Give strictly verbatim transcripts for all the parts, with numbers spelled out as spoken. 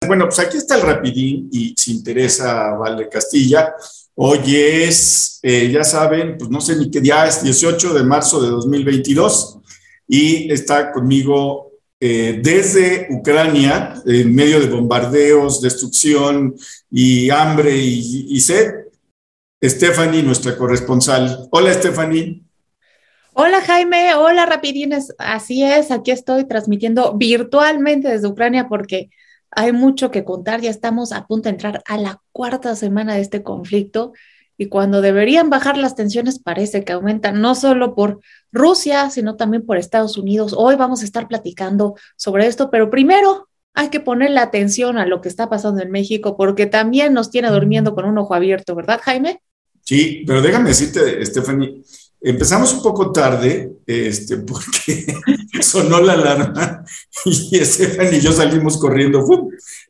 Bueno, pues aquí está el rapidín y si interesa, Vale Castilla. Hoy es, eh, ya saben, pues no sé ni qué día es, dieciocho de marzo de dos mil veintidós y está conmigo eh, desde Ucrania, en medio de bombardeos, destrucción y hambre y, y sed, Stephanie, nuestra corresponsal. Hola, Stephanie. Hola Jaime, hola Rapidines, así es, aquí estoy transmitiendo virtualmente desde Ucrania porque hay mucho que contar, ya estamos a punto de entrar a la cuarta semana de este conflicto y cuando deberían bajar las tensiones parece que aumentan, no solo por Rusia, sino también por Estados Unidos. Hoy vamos a estar platicando sobre esto, pero primero hay que ponerle atención a lo que está pasando en México porque también nos tiene durmiendo con un ojo abierto, ¿verdad, Jaime? Sí, pero déjame decirte, Stephanie, empezamos un poco tarde, este, porque sonó la alarma y Stephanie y yo salimos corriendo. ¡Fum!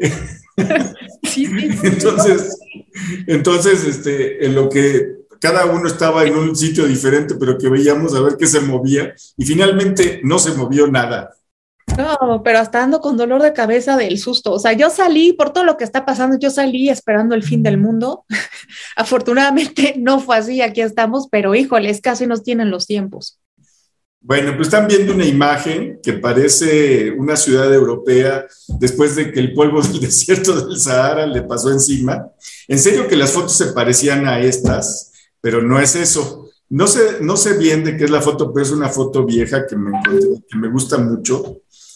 Sí, sí, sí. Entonces, entonces, este, en lo que cada uno estaba en un sitio diferente, pero que veíamos a ver qué se movía, y finalmente no se movió nada. No, pero hasta ando con dolor de cabeza del susto. O sea, yo salí por todo lo que está pasando, yo salí esperando el fin del mundo. Afortunadamente no fue así, aquí estamos, pero híjoles, casi nos tienen los tiempos. Bueno, pues están viendo una imagen que parece una ciudad europea después de que el polvo del desierto del Sahara le pasó encima. En serio que las fotos se parecían a estas, pero no es eso. No sé, no sé bien de qué es la foto, pero es una foto vieja que me encontré, que me gusta mucho.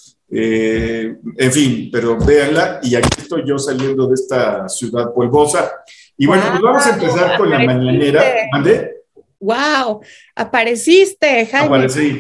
Eh, en fin, pero véanla y aquí estoy yo saliendo de esta ciudad polvosa. Y bueno, pues vamos a empezar con la mañanera. ¿Mande? ¡Wow! Apareciste, Jaime. Aparecí.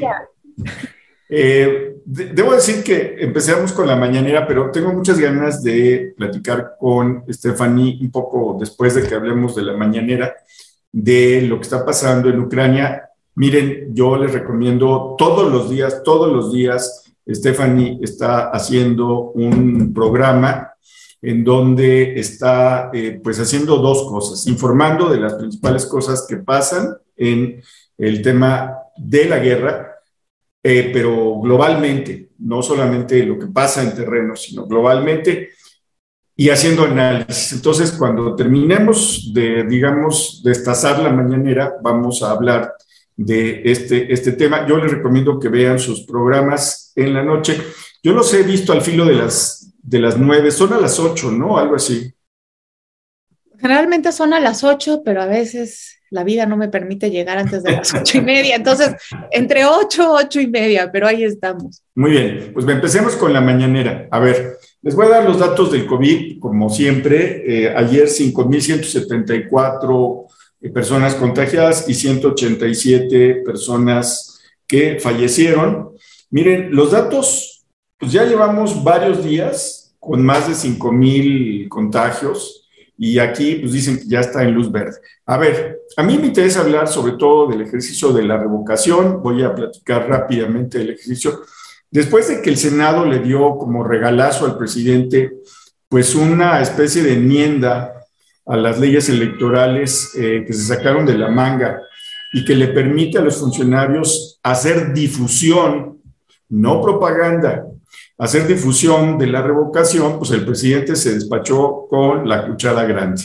Eh, de, debo decir que empezamos con la mañanera, pero tengo muchas ganas de platicar con Stephanie un poco después de que hablemos de la mañanera, de lo que está pasando en Ucrania. Miren, yo les recomiendo todos los días, todos los días, Stephanie está haciendo un programa en donde está eh, pues haciendo dos cosas, informando de las principales cosas que pasan en el tema de la guerra, eh, pero globalmente, no solamente lo que pasa en terreno, sino globalmente, y haciendo análisis. Entonces, cuando terminemos de, digamos, destazar la mañanera, vamos a hablar de este, este tema. Yo les recomiendo que vean sus programas en la noche. Yo los he visto al filo de las, de las nueve, son a las ocho, ¿no? Algo así. Generalmente son a las ocho, pero a veces la vida no me permite llegar antes de las ocho y media. Entonces, entre ocho, ocho y media, pero ahí estamos. Muy bien, pues empecemos con la mañanera. A ver, les voy a dar los datos del COVID, como siempre. Eh, ayer cinco mil ciento setenta y cuatro personas contagiadas y ciento ochenta y siete personas que fallecieron. Miren, los datos, pues ya llevamos varios días con más de cinco mil contagios y aquí pues dicen que ya está en luz verde. A ver, a mí me interesa hablar sobre todo del ejercicio de la revocación. Voy a platicar rápidamente del ejercicio. Después de que el Senado le dio como regalazo al presidente pues una especie de enmienda a las leyes electorales eh, que se sacaron de la manga y que le permite a los funcionarios hacer difusión, no propaganda, hacer difusión de la revocación, pues el presidente se despachó con la cuchara grande.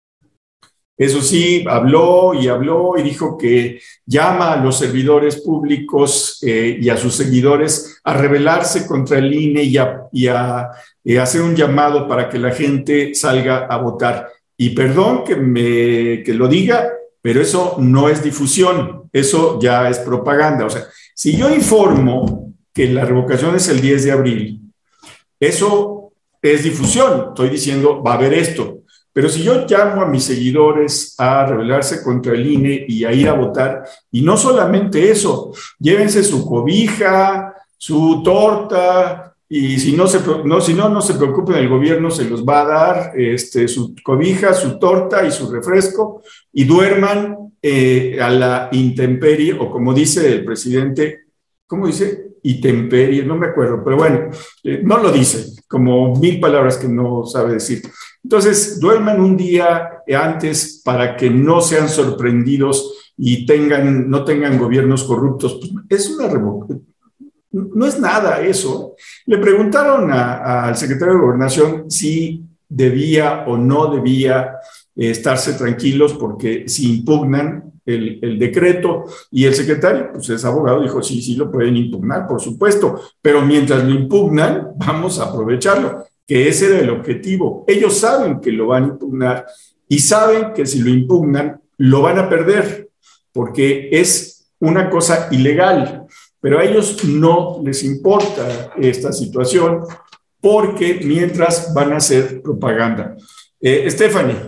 Eso sí, habló y habló y dijo que llama a los servidores públicos eh, y a sus seguidores a rebelarse contra el I N E y a, y a eh, hacer un llamado para que la gente salga a votar. Y perdón que, me, que lo diga, pero eso no es difusión, eso ya es propaganda. O sea, si yo informo que la revocación es el diez de abril, eso es difusión. Estoy diciendo, va a haber esto. Pero si yo llamo a mis seguidores a rebelarse contra el I N E y a ir a votar, y no solamente eso, llévense su cobija, su torta, y si no, se, no, si no, no se preocupen, el gobierno se los va a dar este, su cobija, su torta y su refresco, y duerman eh, a la intemperie, o como dice el presidente, ¿cómo dice? Intemperie, no me acuerdo, pero bueno, eh, no lo dice, como mil palabras que no sabe decir. Entonces, duerman un día antes para que no sean sorprendidos y tengan, no tengan gobiernos corruptos. Pues es una revocación. no es nada eso. Le preguntaron a, a, al secretario de Gobernación si debía o no debía eh, estarse tranquilos porque si impugnan el, el decreto, y el secretario, pues es abogado, dijo sí, sí lo pueden impugnar, por supuesto, pero mientras lo impugnan, vamos a aprovecharlo, que ese era el objetivo. Ellos saben que lo van a impugnar y saben que si lo impugnan, lo van a perder, porque es una cosa ilegal, pero a ellos no les importa esta situación, porque mientras van a hacer propaganda. Eh, Stephanie.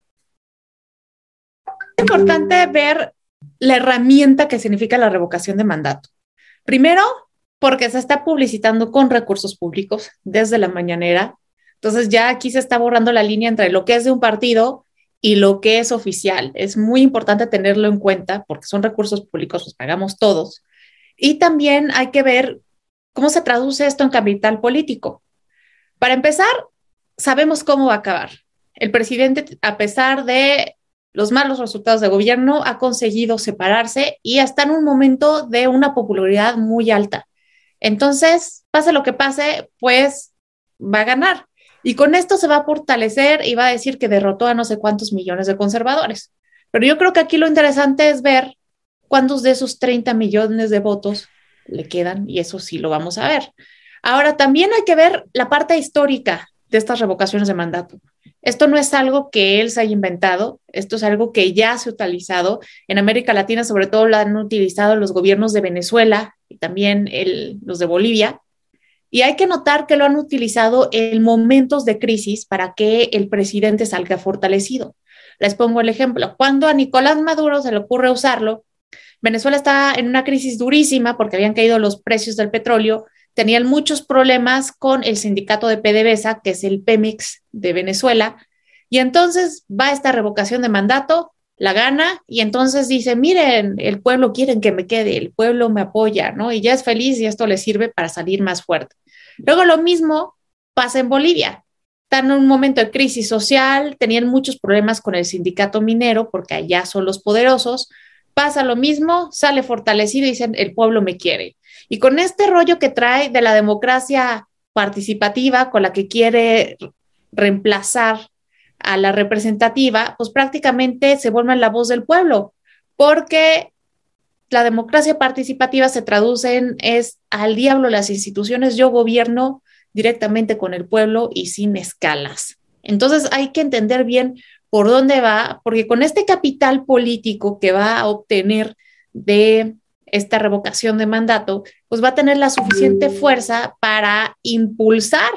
Es importante ver la herramienta que significa la revocación de mandato. Primero, porque se está publicitando con recursos públicos desde la mañanera. Entonces ya aquí se está borrando la línea entre lo que es de un partido y lo que es oficial. Es muy importante tenerlo en cuenta porque son recursos públicos, los pagamos todos. Y también hay que ver cómo se traduce esto en capital político. Para empezar, sabemos cómo va a acabar. El presidente, a pesar de los malos resultados de gobierno, ha conseguido separarse y está en un momento de una popularidad muy alta. Entonces, pase lo que pase, pues va a ganar. Y con esto se va a fortalecer y va a decir que derrotó a no sé cuántos millones de conservadores. Pero yo creo que aquí lo interesante es ver cuántos de esos treinta millones de votos le quedan, y eso sí lo vamos a ver. Ahora, también hay que ver la parte histórica de estas revocaciones de mandato. Esto no es algo que él se haya inventado, esto es algo que ya se ha utilizado. En América Latina, sobre todo, lo han utilizado los gobiernos de Venezuela y también el, los de Bolivia. Y hay que notar que lo han utilizado en momentos de crisis para que el presidente salga fortalecido. Les pongo el ejemplo. Cuando a Nicolás Maduro se le ocurre usarlo, Venezuela está en una crisis durísima porque habían caído los precios del petróleo, tenían muchos problemas con el sindicato de PDVSA, que es el Pemex de Venezuela, y entonces va esta revocación de mandato, la gana, y entonces dice, miren, el pueblo quiere que me quede, el pueblo me apoya, ¿no? Y ya es feliz y esto le sirve para salir más fuerte. Luego lo mismo pasa en Bolivia. Están en un momento de crisis social, tenían muchos problemas con el sindicato minero porque allá son los poderosos, pasa lo mismo, sale fortalecido y dicen, el pueblo me quiere. Y con este rollo que trae de la democracia participativa con la que quiere reemplazar a la representativa, pues prácticamente se vuelve la voz del pueblo, porque la democracia participativa se traduce en es al diablo las instituciones, yo gobierno directamente con el pueblo y sin escalas. Entonces hay que entender bien por dónde va, porque con este capital político que va a obtener de esta revocación de mandato, pues va a tener la suficiente fuerza para impulsar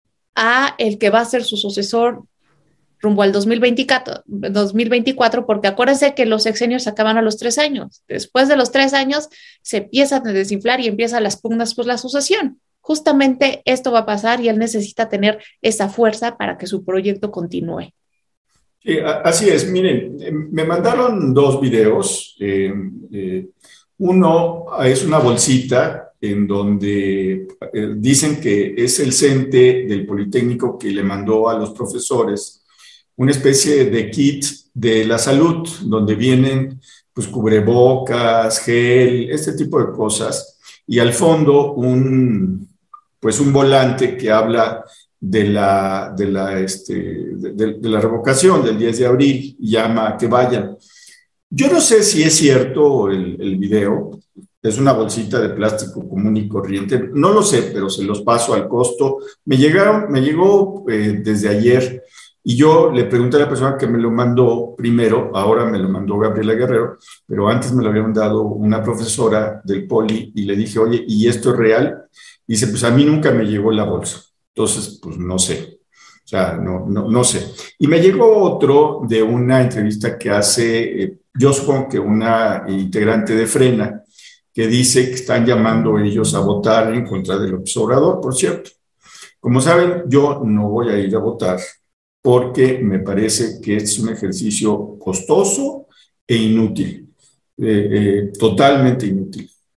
a el que va a ser su sucesor rumbo al dos mil veinticuatro, dos mil veinticuatro, porque acuérdense que los sexenios acaban a los tres años. Después de los tres años se empiezan a desinflar y empiezan las pugnas por la sucesión. Justamente esto va a pasar y él necesita tener esa fuerza para que su proyecto continúe. Sí, así es. Miren, me mandaron dos videos. Eh, eh, uno es una bolsita en donde eh, dicen que es el CENTE del Politécnico que le mandó a los profesores una especie de kit de la salud, donde vienen pues cubrebocas, gel, este tipo de cosas, y al fondo un, pues un volante que habla de la, de la, este, de, de la revocación del diez de abril, y llama a que vayan. Yo no sé si es cierto el, el video, es una bolsita de plástico común y corriente, no lo sé, pero se los paso al costo. Me llegaron, me llegó eh, desde ayer, y yo le pregunté a la persona que me lo mandó primero, ahora me lo mandó Gabriela Guerrero, pero antes me lo habían dado una profesora del Poli, y le dije, oye, ¿y esto es real? Y dice, pues a mí nunca me llegó la bolsa, entonces, pues no sé. O sea, no, no, no sé. Y me llegó otro de una entrevista que hace, eh, yo supongo que una integrante de Frena, que dice que están llamando ellos a votar en contra del López Obrador, por cierto. Como saben, yo no voy a ir a votar porque me parece que es un ejercicio costoso e inútil, eh, eh, totalmente inútil.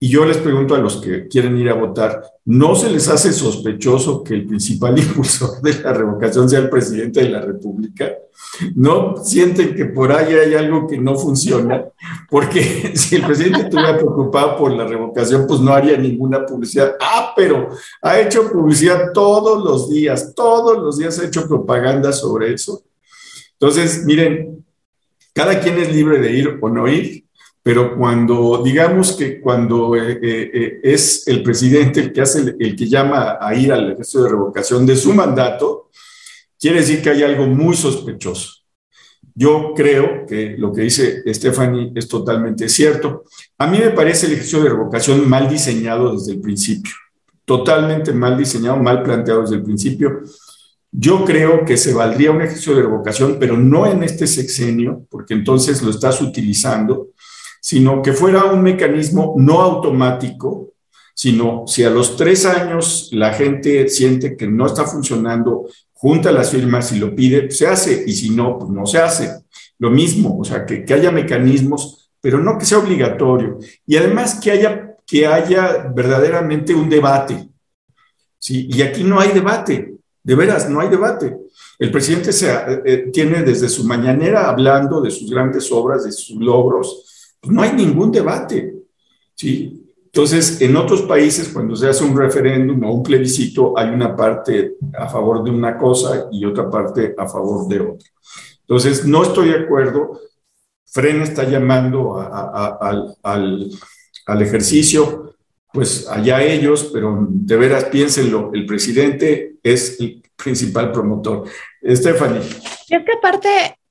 Y yo les pregunto a los que quieren ir a votar, ¿no se les hace sospechoso que el principal impulsor de la revocación sea el presidente de la República? ¿No sienten que por ahí hay algo que no funciona? Porque si el presidente estuviera preocupado por la revocación, pues no haría ninguna publicidad. Ah, pero ha hecho publicidad todos los días, todos los días ha hecho propaganda sobre eso. Entonces, miren, cada quien es libre de ir o no ir, pero cuando, digamos que cuando eh, eh, es el presidente el que hace, el, el que llama a ir al ejercicio de revocación de su mandato, quiere decir que hay algo muy sospechoso. Yo creo que lo que dice Stephanie es totalmente cierto. A mí me parece el ejercicio de revocación mal diseñado desde el principio, totalmente mal diseñado, mal planteado desde el principio. Yo creo que se valdría un ejercicio de revocación, pero no en este sexenio, porque entonces lo estás utilizando, sino que fuera un mecanismo no automático, sino si a los tres años la gente siente que no está funcionando, junta las firmas y lo pide, se hace, y si no, pues no se hace. Lo mismo, o sea, que, que haya mecanismos, pero no que sea obligatorio. Y además que haya, que haya verdaderamente un debate, ¿sí? Y aquí no hay debate, de veras, no hay debate. El presidente se, eh, tiene desde su mañanera hablando de sus grandes obras, de sus logros, pues no hay ningún debate, ¿sí? Entonces, en otros países, cuando se hace un referéndum o un plebiscito, hay una parte a favor de una cosa y otra parte a favor de otra. Entonces, no estoy de acuerdo. Frena está llamando a, a, a, al, al, al ejercicio, pues allá ellos, pero de veras piénsenlo, el presidente es el principal promotor. Stephanie. Es que aparte,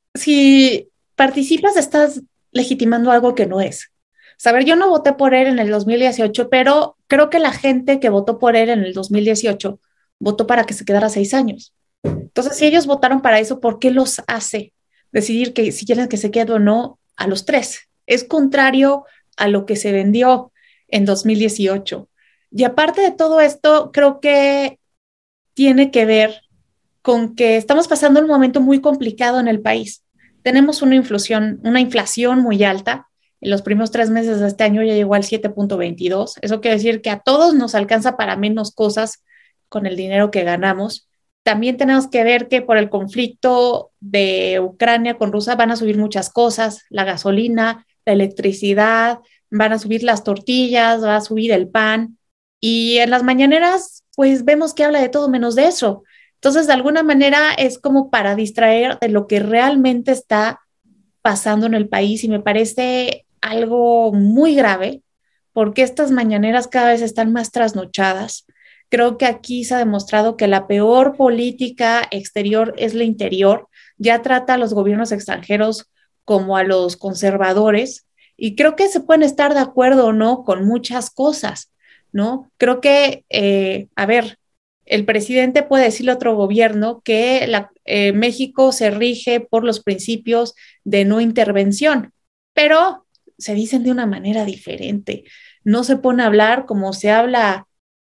si participas, estás legitimando algo que no es. Saber, yo no voté por él en el dos mil dieciocho, pero creo que la gente que votó por él en el dos mil dieciocho votó para que se quedara seis años. Entonces, si ellos votaron para eso, ¿por qué los hace decidir que si quieren que se quede o no a los tres? Es contrario a lo que se vendió en dos mil dieciocho. Y aparte de todo esto, creo que tiene que ver con que estamos pasando un momento muy complicado en el país. Tenemos una inflación, una inflación muy alta. En los primeros tres meses de este año ya llegó al siete punto veintidós. Eso quiere decir que a todos nos alcanza para menos cosas con el dinero que ganamos. También tenemos que ver que por el conflicto de Ucrania con Rusia van a subir muchas cosas, la gasolina, la electricidad, van a subir las tortillas, va a subir el pan. Y en las mañaneras, pues vemos que habla de todo menos de eso. Entonces, de alguna manera es como para distraer de lo que realmente está pasando en el país y me parece algo muy grave porque estas mañaneras cada vez están más trasnochadas. Creo que aquí se ha demostrado que la peor política exterior es la interior. Ya trata a los gobiernos extranjeros como a los conservadores y creo que se pueden estar de acuerdo o no con muchas cosas, ¿no? Creo que, eh, a ver, el presidente puede decirle a otro gobierno que la, eh, México se rige por los principios de no intervención, pero se dicen de una manera diferente. No se pone a hablar como se habla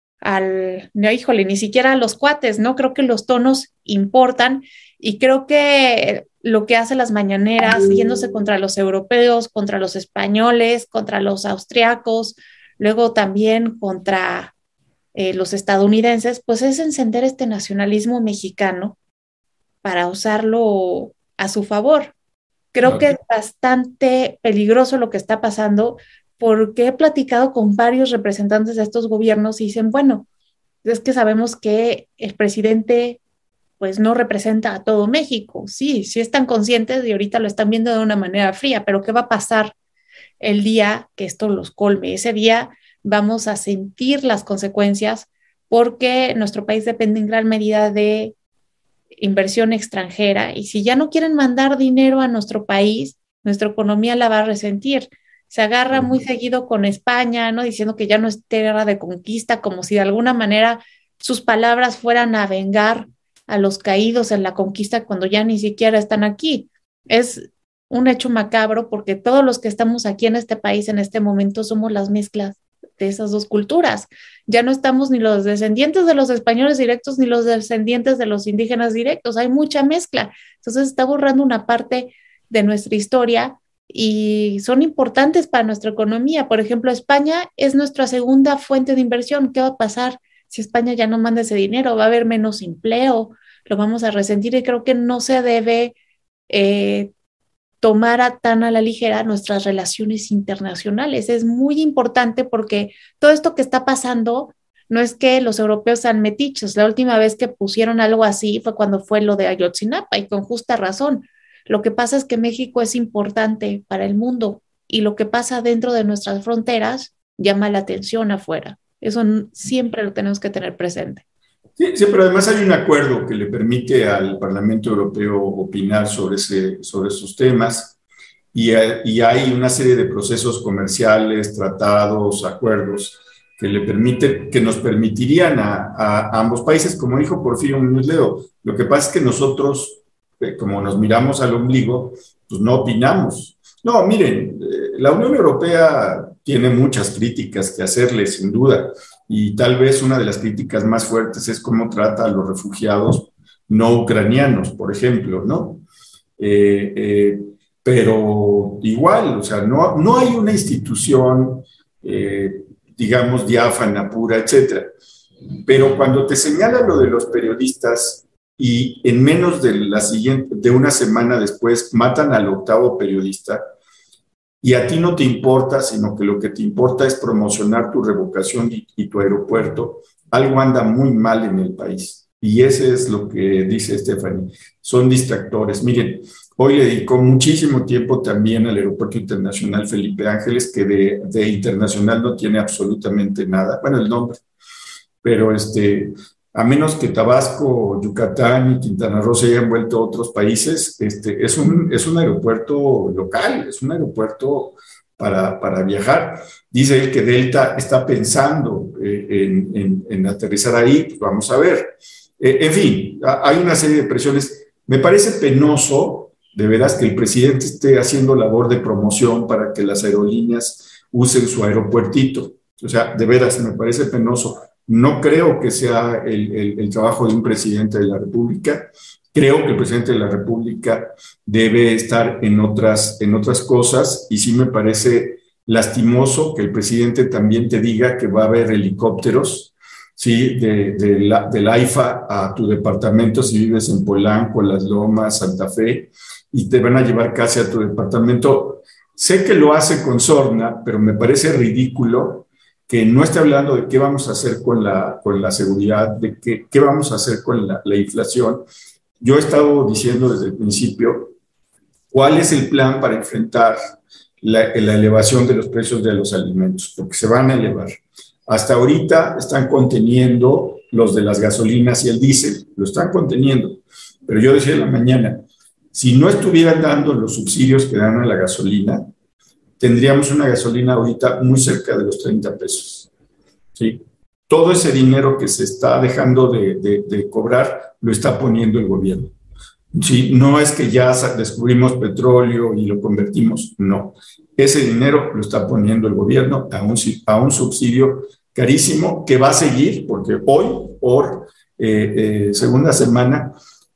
al, no, híjole, ni siquiera a los cuates, ¿no? Creo que los tonos importan y creo que lo que hace las mañaneras, yéndose contra los europeos, contra los españoles, contra los austriacos, luego también contra Eh, los estadounidenses, pues es encender este nacionalismo mexicano para usarlo a su favor. Creo que es bastante peligroso lo que está pasando porque he platicado con varios representantes de estos gobiernos y dicen, bueno, es que sabemos que el presidente pues no representa a todo México. Sí, sí están conscientes y ahorita lo están viendo de una manera fría, pero ¿qué va a pasar el día que esto los colme? Ese día vamos a sentir las consecuencias porque nuestro país depende en gran medida de inversión extranjera y si ya no quieren mandar dinero a nuestro país, nuestra economía la va a resentir. Se agarra muy seguido con España, ¿no? Diciendo que ya no es tierra de conquista, como si de alguna manera sus palabras fueran a vengar a los caídos en la conquista cuando ya ni siquiera están aquí. Es un hecho macabro porque todos los que estamos aquí en este país en este momento somos las mezclas de esas dos culturas. Ya no estamos ni los descendientes de los españoles directos ni los descendientes de los indígenas directos. Hay mucha mezcla. Entonces está borrando una parte de nuestra historia y son importantes para nuestra economía. Por ejemplo, España es nuestra segunda fuente de inversión. ¿Qué va a pasar si España ya no manda ese dinero? Va a haber menos empleo, lo vamos a resentir y creo que no se debe eh, tomar a, tan a la ligera nuestras relaciones internacionales. Es muy importante porque todo esto que está pasando no es que los europeos sean metiches. La última vez que pusieron algo así fue cuando fue lo de Ayotzinapa y con justa razón. Lo que pasa es que México es importante para el mundo y lo que pasa dentro de nuestras fronteras llama la atención afuera. Eso siempre lo tenemos que tener presente. Sí, sí, pero además hay un acuerdo que le permite al Parlamento Europeo opinar sobre, ese, sobre esos temas y, y hay una serie de procesos comerciales, tratados, acuerdos que le permite, que nos permitirían a, a, a ambos países, como dijo Porfirio Muñoz Ledo. Lo que pasa es que nosotros, eh, como nos miramos al ombligo, pues no opinamos. No, miren, eh, la Unión Europea tiene muchas críticas que hacerle, sin duda, y tal vez una de las críticas más fuertes es cómo trata a los refugiados no ucranianos, por ejemplo, ¿no? Eh, eh, pero igual, o sea, no, no hay una institución eh, digamos, diáfana, pura, etcétera. Pero cuando te señala lo de los periodistas y en menos de la siguiente, de una semana después, matan al octavo periodista y a ti no te importa, sino que lo que te importa es promocionar tu revocación y, y tu aeropuerto, algo anda muy mal en el país. Y ese es lo que dice Stephanie. Son distractores. Miren, hoy le dedicó muchísimo tiempo también al Aeropuerto Internacional Felipe Ángeles, que de, de internacional no tiene absolutamente nada. Bueno, el nombre. Pero este, a menos que Tabasco, Yucatán y Quintana Roo se hayan vuelto otros países, este, es, un, es un aeropuerto local, es un aeropuerto para, para viajar. Dice él que Delta está pensando eh, en, en, en aterrizar ahí, pues vamos a ver. Eh, en fin, hay una serie de presiones. Me parece penoso, de veras, que el presidente esté haciendo labor de promoción para que las aerolíneas usen su aeropuertito. O sea, de veras, me parece penoso. No creo que sea el, el, el trabajo de un presidente de la República. Creo que el presidente de la República debe estar en otras, en otras cosas y sí me parece lastimoso que el presidente también te diga que va a haber helicópteros, ¿sí? de, de la, del AIFA a tu departamento si vives en Polanco, Las Lomas, Santa Fe, y te van a llevar casi a tu departamento. Sé que lo hace con sorna, pero me parece ridículo que no esté hablando de qué vamos a hacer con la, con la seguridad, de qué, qué vamos a hacer con la, la inflación. Yo he estado diciendo desde el principio cuál es el plan para enfrentar la, la elevación de los precios de los alimentos, porque se van a elevar. Hasta ahorita están conteniendo los de las gasolinas y el diésel, lo están conteniendo. Pero yo decía en la mañana, si no estuvieran dando los subsidios que dan a la gasolina, tendríamos una gasolina ahorita muy cerca de los treinta pesos. ¿Sí? Todo ese dinero que se está dejando de, de, de cobrar lo está poniendo el gobierno. ¿Sí? No es que ya descubrimos petróleo y lo convertimos, no. Ese dinero lo está poniendo el gobierno a un, a un subsidio carísimo que va a seguir, porque hoy, por eh, eh, segunda semana,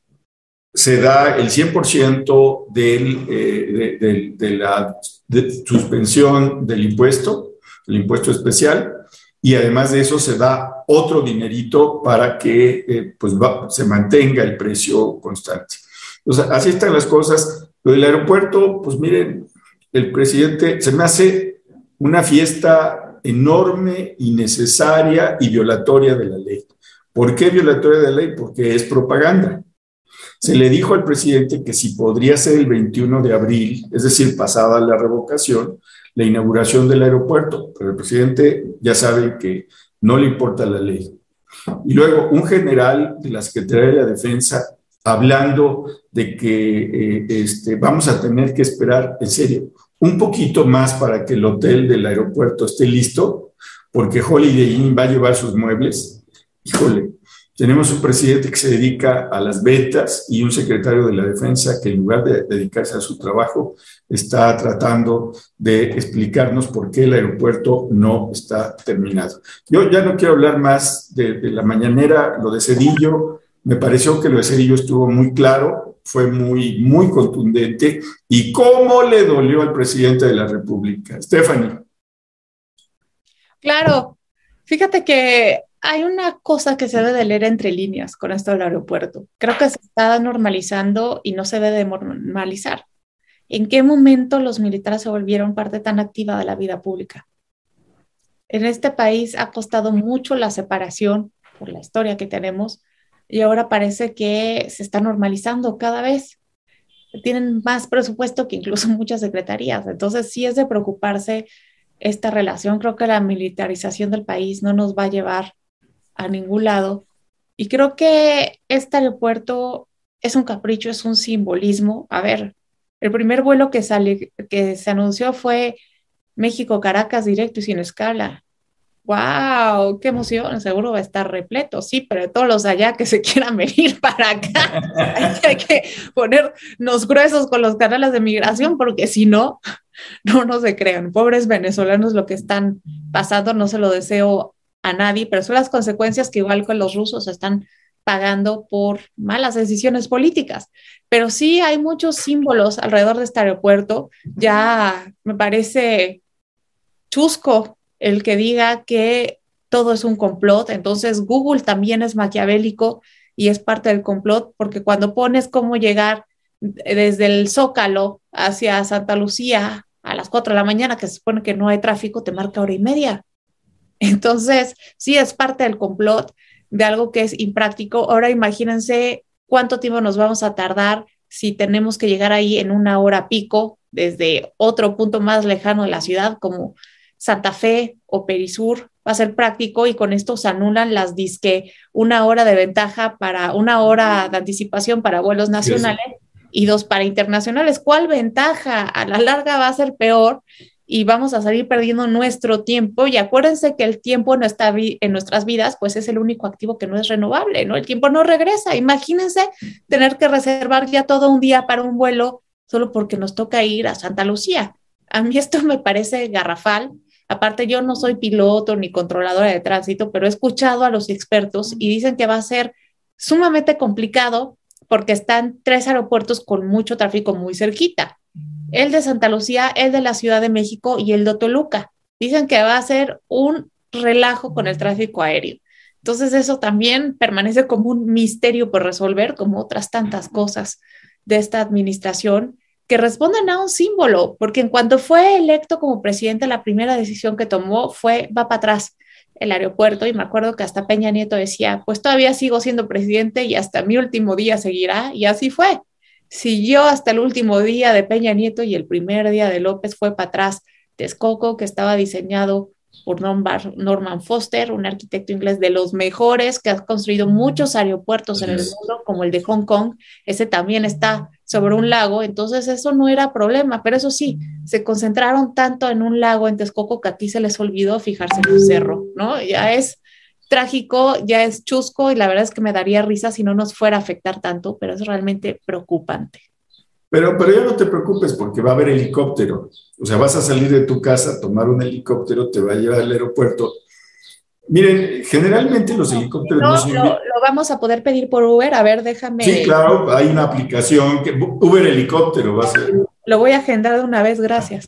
se da el cien por ciento del, eh, de, de, de la de suspensión del impuesto, el impuesto especial, y además de eso se da otro dinerito para que eh, pues va, se mantenga el precio constante. O sea, así están las cosas. Lo del aeropuerto, pues miren, el presidente se me hace una fiesta enorme, innecesaria y violatoria de la ley. ¿Por qué violatoria de la ley? Porque es propaganda. Se le dijo al presidente que si podría ser el veintiuno de abril, es decir, pasada la revocación, la inauguración del aeropuerto, pero el presidente ya sabe que no le importa la ley. Y luego un general de la Secretaría de la Defensa hablando de que eh, este, vamos a tener que esperar, en serio, un poquito más para que el hotel del aeropuerto esté listo, porque Holiday Inn va a llevar sus muebles. Híjole, tenemos un presidente que se dedica a las ventas y un secretario de la Defensa que en lugar de dedicarse a su trabajo está tratando de explicarnos por qué el aeropuerto no está terminado. Yo ya no quiero hablar más de, de la mañanera, lo de Zedillo. Me pareció que lo de Zedillo estuvo muy claro. fue muy, muy contundente. ¿Y cómo le dolió al presidente de la República? Stephanie. Claro, fíjate que hay una cosa que se debe de leer entre líneas con esto del aeropuerto. Creo que se está normalizando y no se debe de normalizar. ¿En qué momento los militares se volvieron parte tan activa de la vida pública? En este país ha costado mucho la separación por la historia que tenemos y ahora parece que se está normalizando cada vez. Tienen más presupuesto que incluso muchas secretarías. Entonces sí es de preocuparse esta relación. Creo que la militarización del país no nos va a llevar a ningún lado. Y creo que este aeropuerto es un capricho, es un simbolismo. A ver, el primer vuelo que, sale, que se anunció fue México-Caracas directo y sin escala. ¡Wow! ¡Qué emoción! Seguro va a estar repleto, sí, pero todos los allá que se quieran venir para acá, hay que ponernos gruesos con los canales de migración, porque si no, no, no se crean. Pobres venezolanos lo que están pasando, no se lo deseo a nadie, pero son las consecuencias que igual con los rusos están pagando por malas decisiones políticas. Pero sí hay muchos símbolos alrededor de este aeropuerto. Ya me parece chusco el que diga que todo es un complot. Entonces Google también es maquiavélico y es parte del complot, porque cuando pones cómo llegar desde el Zócalo hacia Santa Lucía a las cuatro de la mañana, que se supone que no hay tráfico, te marca hora y media. Entonces, sí es parte del complot de algo que es impráctico. Ahora imagínense cuánto tiempo nos vamos a tardar si tenemos que llegar ahí en una hora pico desde otro punto más lejano de la ciudad, como Santa Fe o Perisur. Va a ser práctico y con esto se anulan las disque una hora de ventaja para una hora de anticipación para vuelos nacionales sí, sí. y dos para internacionales. ¿Cuál ventaja? A la larga va a ser peor y vamos a salir perdiendo nuestro tiempo. Y acuérdense que el tiempo en, nuestra vi- en nuestras vidas pues es el único activo que no es renovable, ¿no? El tiempo no regresa. Imagínense tener que reservar ya todo un día para un vuelo solo porque nos toca ir a Santa Lucía. A mí esto me parece garrafal. Aparte, yo no soy piloto ni controladora de tránsito, pero he escuchado a los expertos y dicen que va a ser sumamente complicado porque están tres aeropuertos con mucho tráfico muy cerquita. El de Santa Lucía, el de la Ciudad de México y el de Toluca. Dicen que va a ser un relajo con el tráfico aéreo. Entonces eso también permanece como un misterio por resolver, como otras tantas cosas de esta administración, que responden a un símbolo, porque en cuanto fue electo como presidente, la primera decisión que tomó fue, va para atrás el aeropuerto, y me acuerdo que hasta Peña Nieto decía, pues todavía sigo siendo presidente y hasta mi último día seguirá, y así fue. Siguió hasta el último día de Peña Nieto y el primer día de López fue para atrás. Texcoco, que estaba diseñado por Norman Foster, un arquitecto inglés de los mejores, que ha construido muchos aeropuertos en el mundo, como el de Hong Kong, ese también está sobre un lago, entonces eso no era problema, pero eso sí, se concentraron tanto en un lago en Texcoco que aquí se les olvidó fijarse en un cerro, ¿no? Ya es trágico, ya es chusco y la verdad es que me daría risa si no nos fuera a afectar tanto, pero es realmente preocupante. Pero, pero ya no te preocupes porque va a haber helicóptero. O sea, vas a salir de tu casa, tomar un helicóptero, te va a llevar al aeropuerto. Miren, generalmente los helicópteros no, no son... Lo, lo vamos a poder pedir por Uber, a ver, déjame... Sí, claro, hay una aplicación, que Uber Helicóptero va a ser. Lo voy a agendar de una vez, gracias.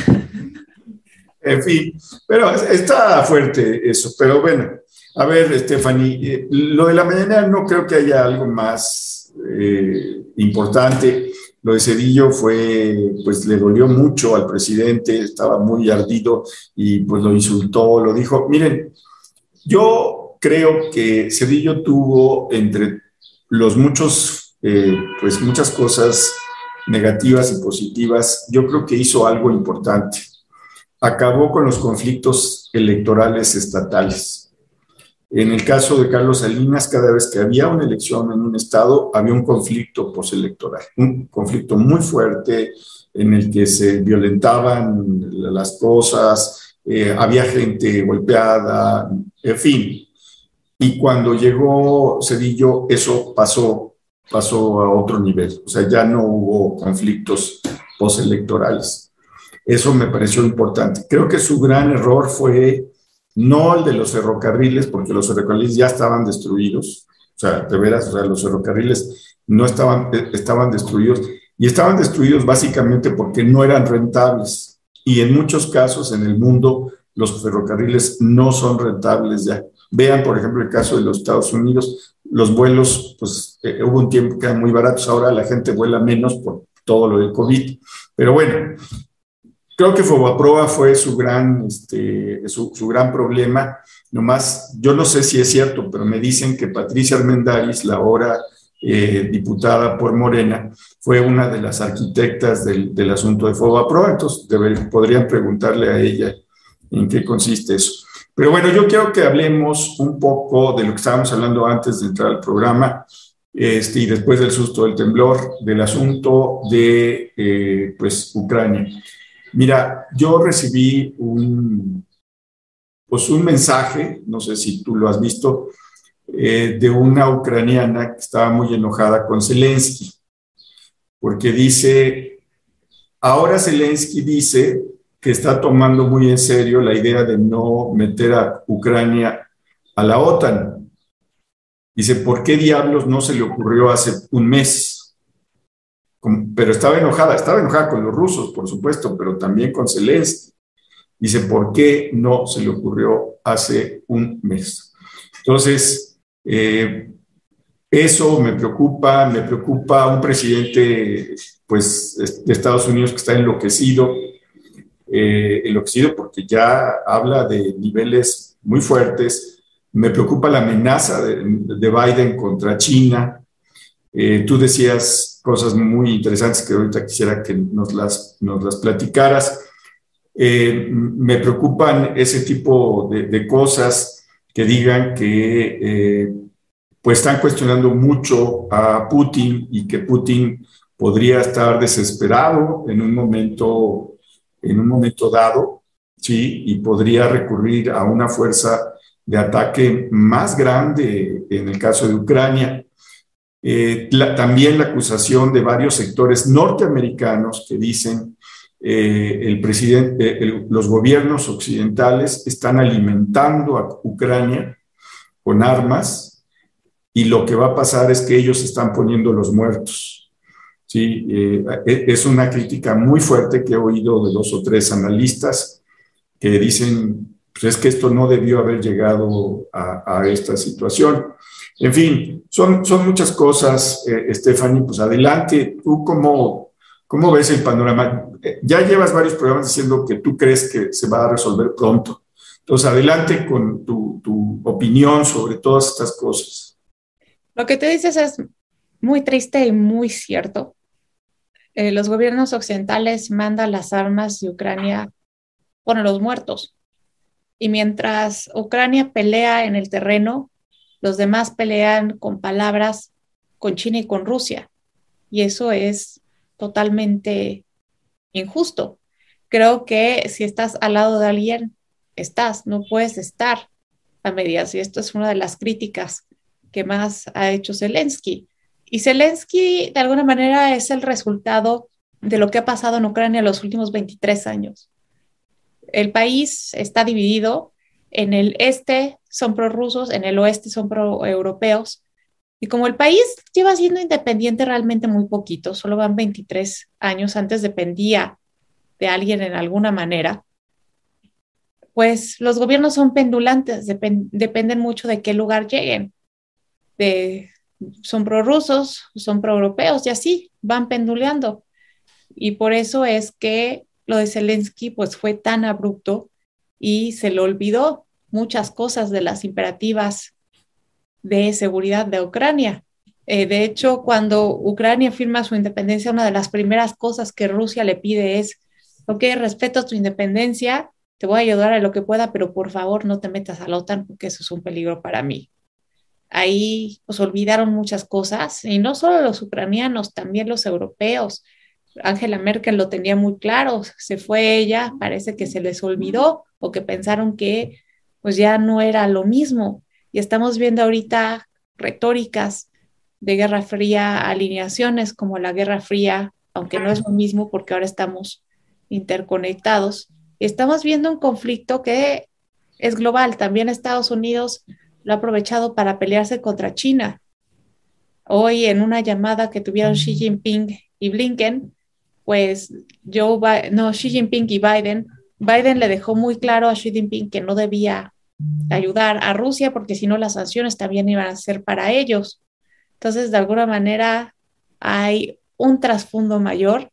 En fin, pero está fuerte eso, pero bueno. A ver, Stephanie, lo de la mañana no creo que haya algo más eh, importante. Lo de Zedillo fue, pues le dolió mucho al presidente, estaba muy ardido y pues lo insultó, lo dijo. Miren, yo creo que Zedillo tuvo entre los muchos, eh, pues muchas cosas negativas y positivas. Yo creo que hizo algo importante. Acabó con los conflictos electorales estatales. En el caso de Carlos Salinas, cada vez que había una elección en un estado, había un conflicto postelectoral, un conflicto muy fuerte en el que se violentaban las cosas, eh, había gente golpeada, en fin. Y cuando llegó Zedillo, eso pasó, pasó a otro nivel. O sea, ya no hubo conflictos postelectorales. Eso me pareció importante. Creo que su gran error fue no el de los ferrocarriles, porque los ferrocarriles ya estaban destruidos. O sea, de veras, o sea, los ferrocarriles no estaban, estaban destruidos, y estaban destruidos básicamente porque no eran rentables. Y en muchos casos en el mundo los ferrocarriles no son rentables ya. Vean, por ejemplo, el caso de los Estados Unidos, los vuelos, pues eh, hubo un tiempo que eran muy baratos, ahora la gente vuela menos por todo lo del COVID. Pero bueno, creo que Fobaproa fue su gran, este, su, su gran problema. Nomás, yo no sé si es cierto, pero me dicen que Patricia Armendáriz, la ahora eh, diputada por Morena, fue una de las arquitectas del, del asunto de Fobaproa, entonces debe, podrían preguntarle a ella en qué consiste eso. Pero bueno, yo quiero que hablemos un poco de lo que estábamos hablando antes de entrar al programa, este, y después del susto del temblor, del asunto de eh, pues, Ucrania. Mira, yo recibí un, pues un mensaje, no sé si tú lo has visto, eh, de una ucraniana que estaba muy enojada con Zelensky, porque dice, ahora Zelensky dice que está tomando muy en serio la idea de no meter a Ucrania a la OTAN. Dice, ¿por qué diablos no se le ocurrió hace un mes? Pero estaba enojada, estaba enojada con los rusos, por supuesto, pero también con Zelensky. Dice, ¿por qué no se le ocurrió hace un mes? Entonces, eh, eso me preocupa, me preocupa un presidente pues, de Estados Unidos que está enloquecido, eh, enloquecido porque ya habla de niveles muy fuertes. Me preocupa la amenaza de, de Biden contra China. Eh, tú decías cosas muy interesantes que ahorita quisiera que nos las, nos las platicaras. Eh, me preocupan ese tipo de, de cosas que digan que eh, pues están cuestionando mucho a Putin y que Putin podría estar desesperado en un momento, en un momento dado, ¿sí? Y podría recurrir a una fuerza de ataque más grande en el caso de Ucrania. Eh, la, también la acusación de varios sectores norteamericanos que dicen eh, el presidente, el, los gobiernos occidentales están alimentando a Ucrania con armas y lo que va a pasar es que ellos están poniendo los muertos. ¿Sí? Eh, es una crítica muy fuerte que he oído de dos o tres analistas que dicen, pues es que esto no debió haber llegado a, a esta situación. En fin, son, son muchas cosas, eh, Stephanie, pues adelante, tú cómo, cómo ves el panorama. Eh, ya llevas varios programas diciendo que tú crees que se va a resolver pronto. Entonces, adelante con tu, tu opinión sobre todas estas cosas. Lo que te dices es muy triste y muy cierto. Eh, los gobiernos occidentales mandan las armas y Ucrania pone los muertos. Y mientras Ucrania pelea en el terreno, los demás pelean con palabras con China y con Rusia. Y eso es totalmente injusto. Creo que si estás al lado de alguien, estás, no puedes estar a medias. Y esto es una de las críticas que más ha hecho Zelensky. Y Zelensky, de alguna manera, es el resultado de lo que ha pasado en Ucrania en los últimos veintitrés años. El país está dividido. En el este son prorrusos, en el oeste son proeuropeos. Y como el país lleva siendo independiente realmente muy poquito, solo van veintitrés años, antes dependía de alguien en alguna manera, pues los gobiernos son pendulantes, depend, dependen mucho de qué lugar lleguen. De, son prorrusos, son proeuropeos y así van penduleando. Y por eso es que lo de Zelensky pues, fue tan abrupto y se le olvidó muchas cosas de las imperativas de seguridad de Ucrania. Eh, de hecho, cuando Ucrania firma su independencia, una de las primeras cosas que Rusia le pide es, ok, respeto tu independencia, te voy a ayudar a lo que pueda, pero por favor no te metas a la OTAN porque eso es un peligro para mí. Ahí pues olvidaron muchas cosas, y no solo los ucranianos, también los europeos. Angela Merkel lo tenía muy claro, se fue ella, parece que se les olvidó o que pensaron que pues ya no era lo mismo. Y estamos viendo ahorita retóricas de Guerra Fría, alineaciones como la Guerra Fría, aunque no es lo mismo porque ahora estamos interconectados. Y estamos viendo un conflicto que es global. También Estados Unidos lo ha aprovechado para pelearse contra China. Hoy en una llamada que tuvieron Xi Jinping y Blinken, pues Joe, no, Xi Jinping y Biden, Biden le dejó muy claro a Xi Jinping que no debía ayudar a Rusia porque si no las sanciones también iban a ser para ellos. Entonces, de alguna manera, hay un trasfondo mayor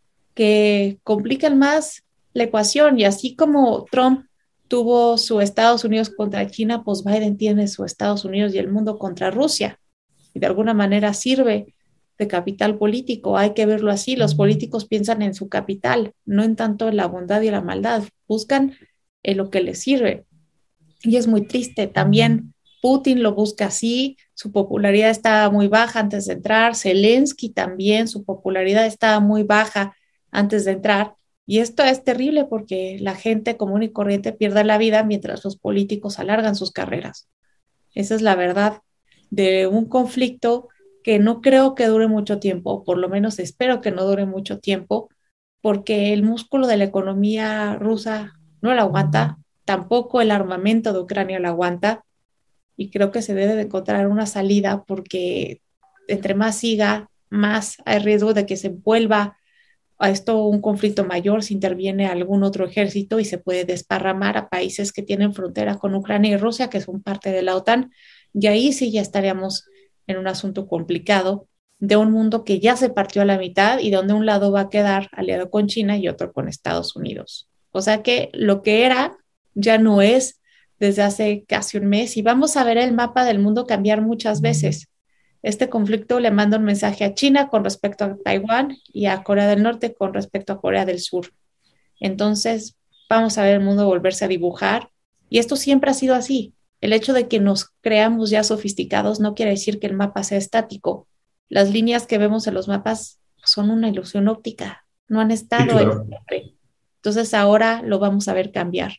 que complican más la ecuación y así como Trump tuvo su Estados Unidos contra China, pues Biden tiene su Estados Unidos y el mundo contra Rusia y de alguna manera sirve de capital político. Hay que verlo así. Los políticos piensan en su capital, no en tanto en la bondad y la maldad. Buscan en lo que les sirve. Y es muy triste. También Putin lo busca así. Su popularidad estaba muy baja antes de entrar. Zelensky también, su popularidad estaba muy baja antes de entrar. Y esto es terrible porque la gente común y corriente pierde la vida mientras los políticos alargan sus carreras. Esa es la verdad de un conflicto que no creo que dure mucho tiempo, por lo menos espero que no dure mucho tiempo, porque el músculo de la economía rusa no la aguanta, tampoco el armamento de Ucrania la aguanta, y creo que se debe de encontrar una salida porque entre más siga, más hay riesgo de que se vuelva a esto un conflicto mayor si interviene algún otro ejército y se puede desparramar a países que tienen frontera con Ucrania y Rusia, que son parte de la OTAN, y ahí sí ya estaríamos en un asunto complicado de un mundo que ya se partió a la mitad y donde un lado va a quedar aliado con China y otro con Estados Unidos. O sea que lo que era ya no es desde hace casi un mes y vamos a ver el mapa del mundo cambiar muchas veces. Este conflicto le manda un mensaje a China con respecto a Taiwán y a Corea del Norte con respecto a Corea del Sur. Entonces, vamos a ver el mundo volverse a dibujar. Y esto siempre ha sido así. El hecho de que nos creamos ya sofisticados no quiere decir que el mapa sea estático. Las líneas que vemos en los mapas son una ilusión óptica. No han estado Sí, claro. ahí siempre. Entonces, ahora lo vamos a ver cambiar.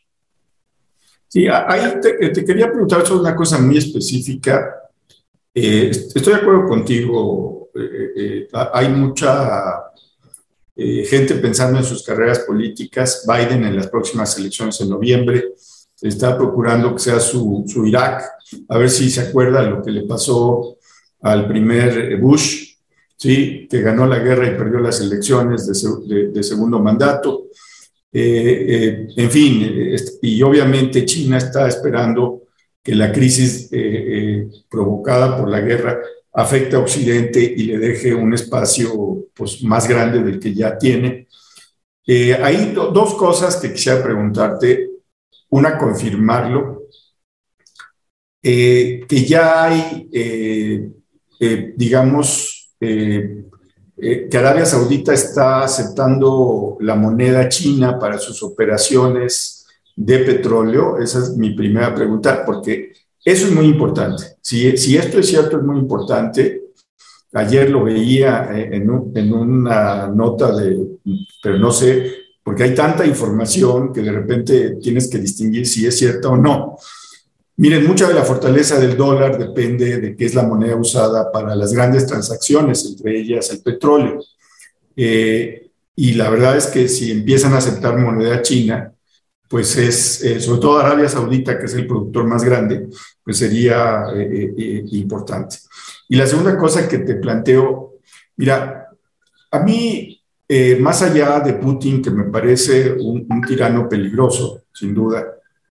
Sí, ahí te, te quería preguntar sobre una cosa muy específica. Eh, estoy de acuerdo contigo. Eh, eh, hay mucha eh, gente pensando en sus carreras políticas. Biden en las próximas elecciones en noviembre está procurando que sea su, su Irak. A ver si se acuerda lo que le pasó al primer Bush, ¿sí? Que ganó la guerra y perdió las elecciones de, de, de segundo mandato. Eh, eh, en fin, eh, y obviamente China está esperando que la crisis eh, eh, provocada por la guerra afecte a Occidente y le deje un espacio pues, más grande del que ya tiene. Eh, hay do, dos cosas que quisiera preguntarte. Una, confirmarlo, eh, que ya hay, eh, eh, digamos, eh, eh, que Arabia Saudita está aceptando la moneda china para sus operaciones de petróleo. Esa es mi primera pregunta, porque eso es muy importante. Si, si esto es cierto, es muy importante. Ayer lo veía en, un, en una nota de, pero no sé, porque hay tanta información que de repente tienes que distinguir si es cierta o no. Miren, mucha de la fortaleza del dólar depende de qué es la moneda usada para las grandes transacciones, entre ellas el petróleo. Eh, y la verdad es que si empiezan a aceptar moneda china, pues es, eh, sobre todo Arabia Saudita, que es el productor más grande, pues sería eh, eh, importante. Y la segunda cosa que te planteo, mira, a mí, eh, más allá de Putin, que me parece un, un tirano peligroso, sin duda,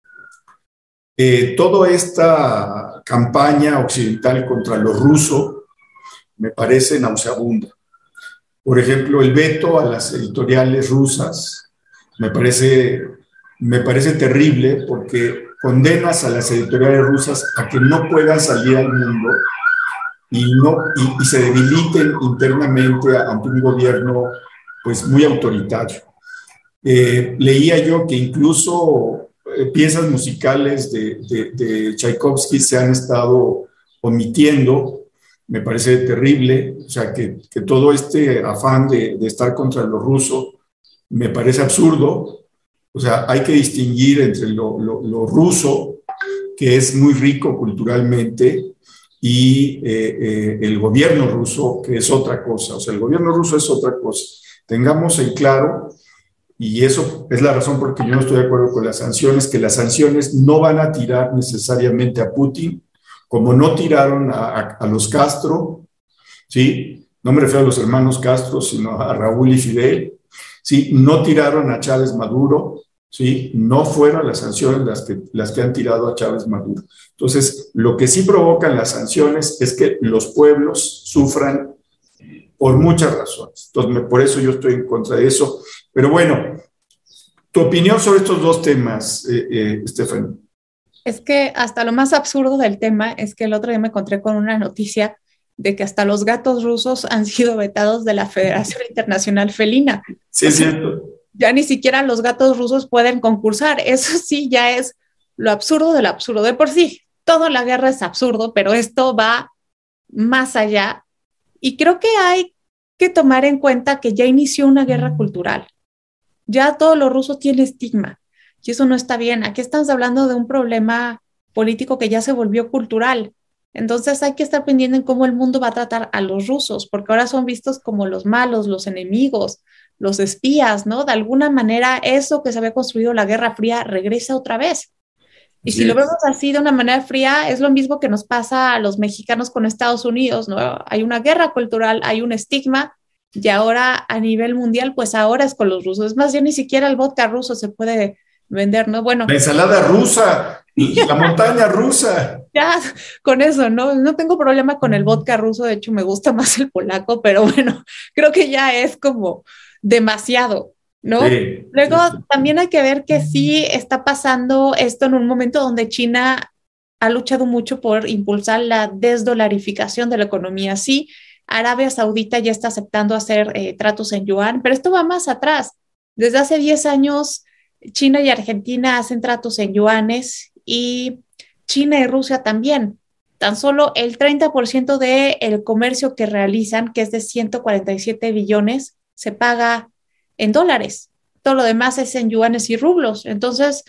eh, toda esta campaña occidental contra lo ruso me parece nauseabunda. Por ejemplo, el veto a las editoriales rusas me parece, me parece terrible porque condenas a las editoriales rusas a que no puedan salir al mundo y, no, y, y se debiliten internamente ante un gobierno pues, muy autoritario. Eh, leía yo que incluso eh, piezas musicales de, de, de Tchaikovsky se han estado omitiendo. Me parece terrible, o sea, que, que todo este afán de, de estar contra lo ruso me parece absurdo. O sea, hay que distinguir entre lo, lo, lo ruso, que es muy rico culturalmente, y eh, eh, el gobierno ruso, que es otra cosa. O sea, el gobierno ruso es otra cosa. Tengamos en claro, y eso es la razón por la que yo no estoy de acuerdo con las sanciones, que las sanciones no van a tirar necesariamente a Putin, como no tiraron a, a, a los Castro, ¿sí? No me refiero a los hermanos Castro, sino a Raúl y Fidel, ¿sí? No tiraron a Chávez Maduro, ¿sí? No fueron las sanciones las que, las que han tirado a Chávez Maduro. Entonces, lo que sí provocan las sanciones es que los pueblos sufran por muchas razones. Entonces, por eso yo estoy en contra de eso. Pero bueno, tu opinión sobre estos dos temas, eh, eh, Stephanie. Es que hasta lo más absurdo del tema es que el otro día me encontré con una noticia de que hasta los gatos rusos han sido vetados de la Federación Internacional Felina. Sí, O es sea, cierto. ya ni siquiera los gatos rusos pueden concursar. Eso sí, ya es lo absurdo del absurdo. De por sí, toda la guerra es absurdo, pero esto va más allá. Y creo que hay que tomar en cuenta que ya inició una guerra cultural. Ya todo lo ruso tiene estigma y eso no está bien. Aquí estamos hablando de un problema político que ya se volvió cultural. Entonces hay que estar pendiente en cómo el mundo va a tratar a los rusos, porque ahora son vistos como los malos, los enemigos, los espías, ¿no? De alguna manera eso que se había construido la Guerra Fría regresa otra vez. Y Así si lo es. vemos así de una manera fría, es lo mismo que nos pasa a los mexicanos con Estados Unidos, ¿no? Hay una guerra cultural, hay un estigma, y ahora a nivel mundial, pues ahora es con los rusos. Es más, ya ni siquiera el vodka ruso se puede vender, ¿no? La Bueno, ensalada rusa, la montaña rusa. ya con eso, ¿no? No tengo problema con el vodka ruso, de hecho me gusta más el polaco, pero bueno, creo que ya es como demasiado, ¿no? Sí, Luego sí, sí. también hay que ver que sí está pasando esto en un momento donde China ha luchado mucho por impulsar la desdolarificación de la economía. Sí, Arabia Saudita ya está aceptando hacer eh, tratos en yuan, pero esto va más atrás. Desde hace diez años, China y Argentina hacen tratos en yuanes y China y Rusia también. Tan solo el treinta por ciento del comercio que realizan, que es de ciento cuarenta y siete billones, se paga en dólares. Todo lo demás es en yuanes y rublos. Entonces,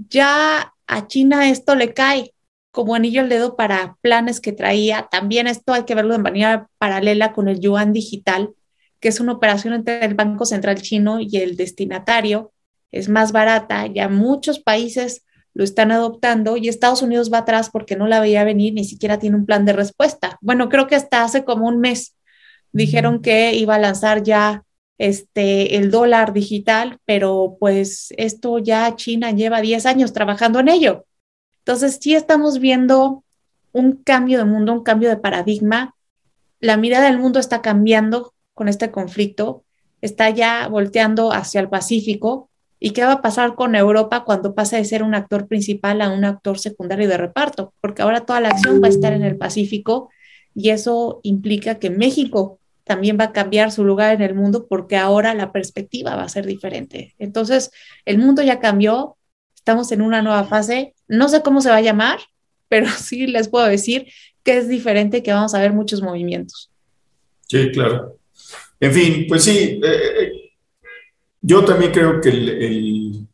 ya a China esto le cae como anillo al dedo para planes que traía. También esto hay que verlo de manera paralela con el yuan digital, que es una operación entre el Banco Central chino y el destinatario. Es más barata, ya muchos países lo están adoptando y Estados Unidos va atrás porque no la veía venir, ni siquiera tiene un plan de respuesta. Bueno, creo que hasta hace como un mes dijeron que iba a lanzar ya este, el dólar digital, pero pues esto ya China lleva diez años trabajando en ello. Entonces sí estamos viendo un cambio de mundo, un cambio de paradigma. La mirada del mundo está cambiando con este conflicto, está ya volteando hacia el Pacífico. ¿Y qué va a pasar con Europa cuando pase de ser un actor principal a un actor secundario de reparto? Porque ahora toda la acción va a estar en el Pacífico y eso implica que México también va a cambiar su lugar en el mundo porque ahora la perspectiva va a ser diferente. Entonces, el mundo ya cambió, estamos en una nueva fase, no sé cómo se va a llamar, pero sí les puedo decir que es diferente, que vamos a ver muchos movimientos. Sí, claro. En fin, pues sí, eh, yo también creo que el, el,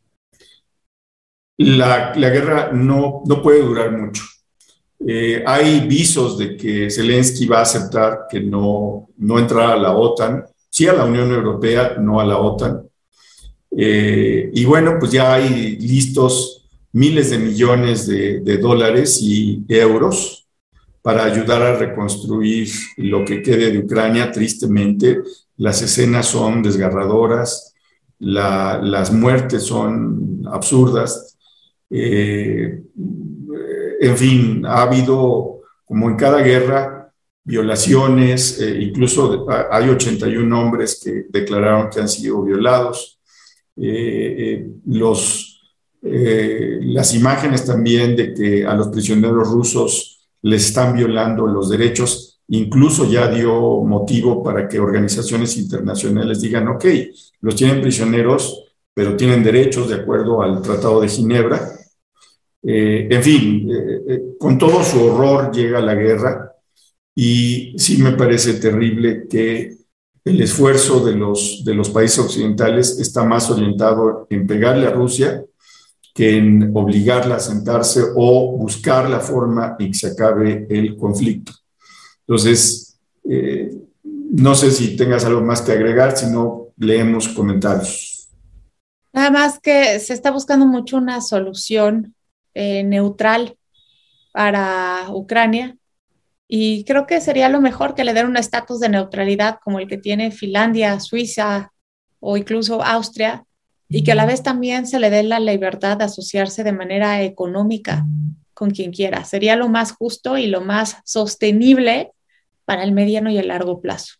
la, la, guerra no, no puede durar mucho. Eh, hay visos de que Zelensky va a aceptar que no, no entrará a la OTAN, sí a la Unión Europea, no a la OTAN. Eh, y bueno, pues ya hay listos miles de millones de, de dólares y euros para ayudar a reconstruir lo que quede de Ucrania. Tristemente, las escenas son desgarradoras, la, las muertes son absurdas. Eh, en fin, ha habido, como en cada guerra, violaciones, eh, incluso hay ochenta y uno hombres que declararon que han sido violados. Eh, eh, los, eh, las imágenes también de que a los prisioneros rusos les están violando los derechos, incluso ya dio motivo para que organizaciones internacionales digan, ok, los tienen prisioneros, pero tienen derechos de acuerdo al Tratado de Ginebra. Eh, en fin, eh, eh, con todo su horror llega la guerra y sí me parece terrible que el esfuerzo de los, de los países occidentales está más orientado en pegarle a Rusia que en obligarla a sentarse o buscar la forma en que se acabe el conflicto. Entonces, eh, no sé si tengas algo más que agregar, si no, leemos comentarios. Nada más que se está buscando mucho una solución eh, neutral para Ucrania, Y creo que sería lo mejor que le den un estatus de neutralidad como el que tiene Finlandia, Suiza o incluso Austria, y que a la vez también se le dé la libertad de asociarse de manera económica con quien quiera. Sería lo más justo y lo más sostenible para el mediano y el largo plazo.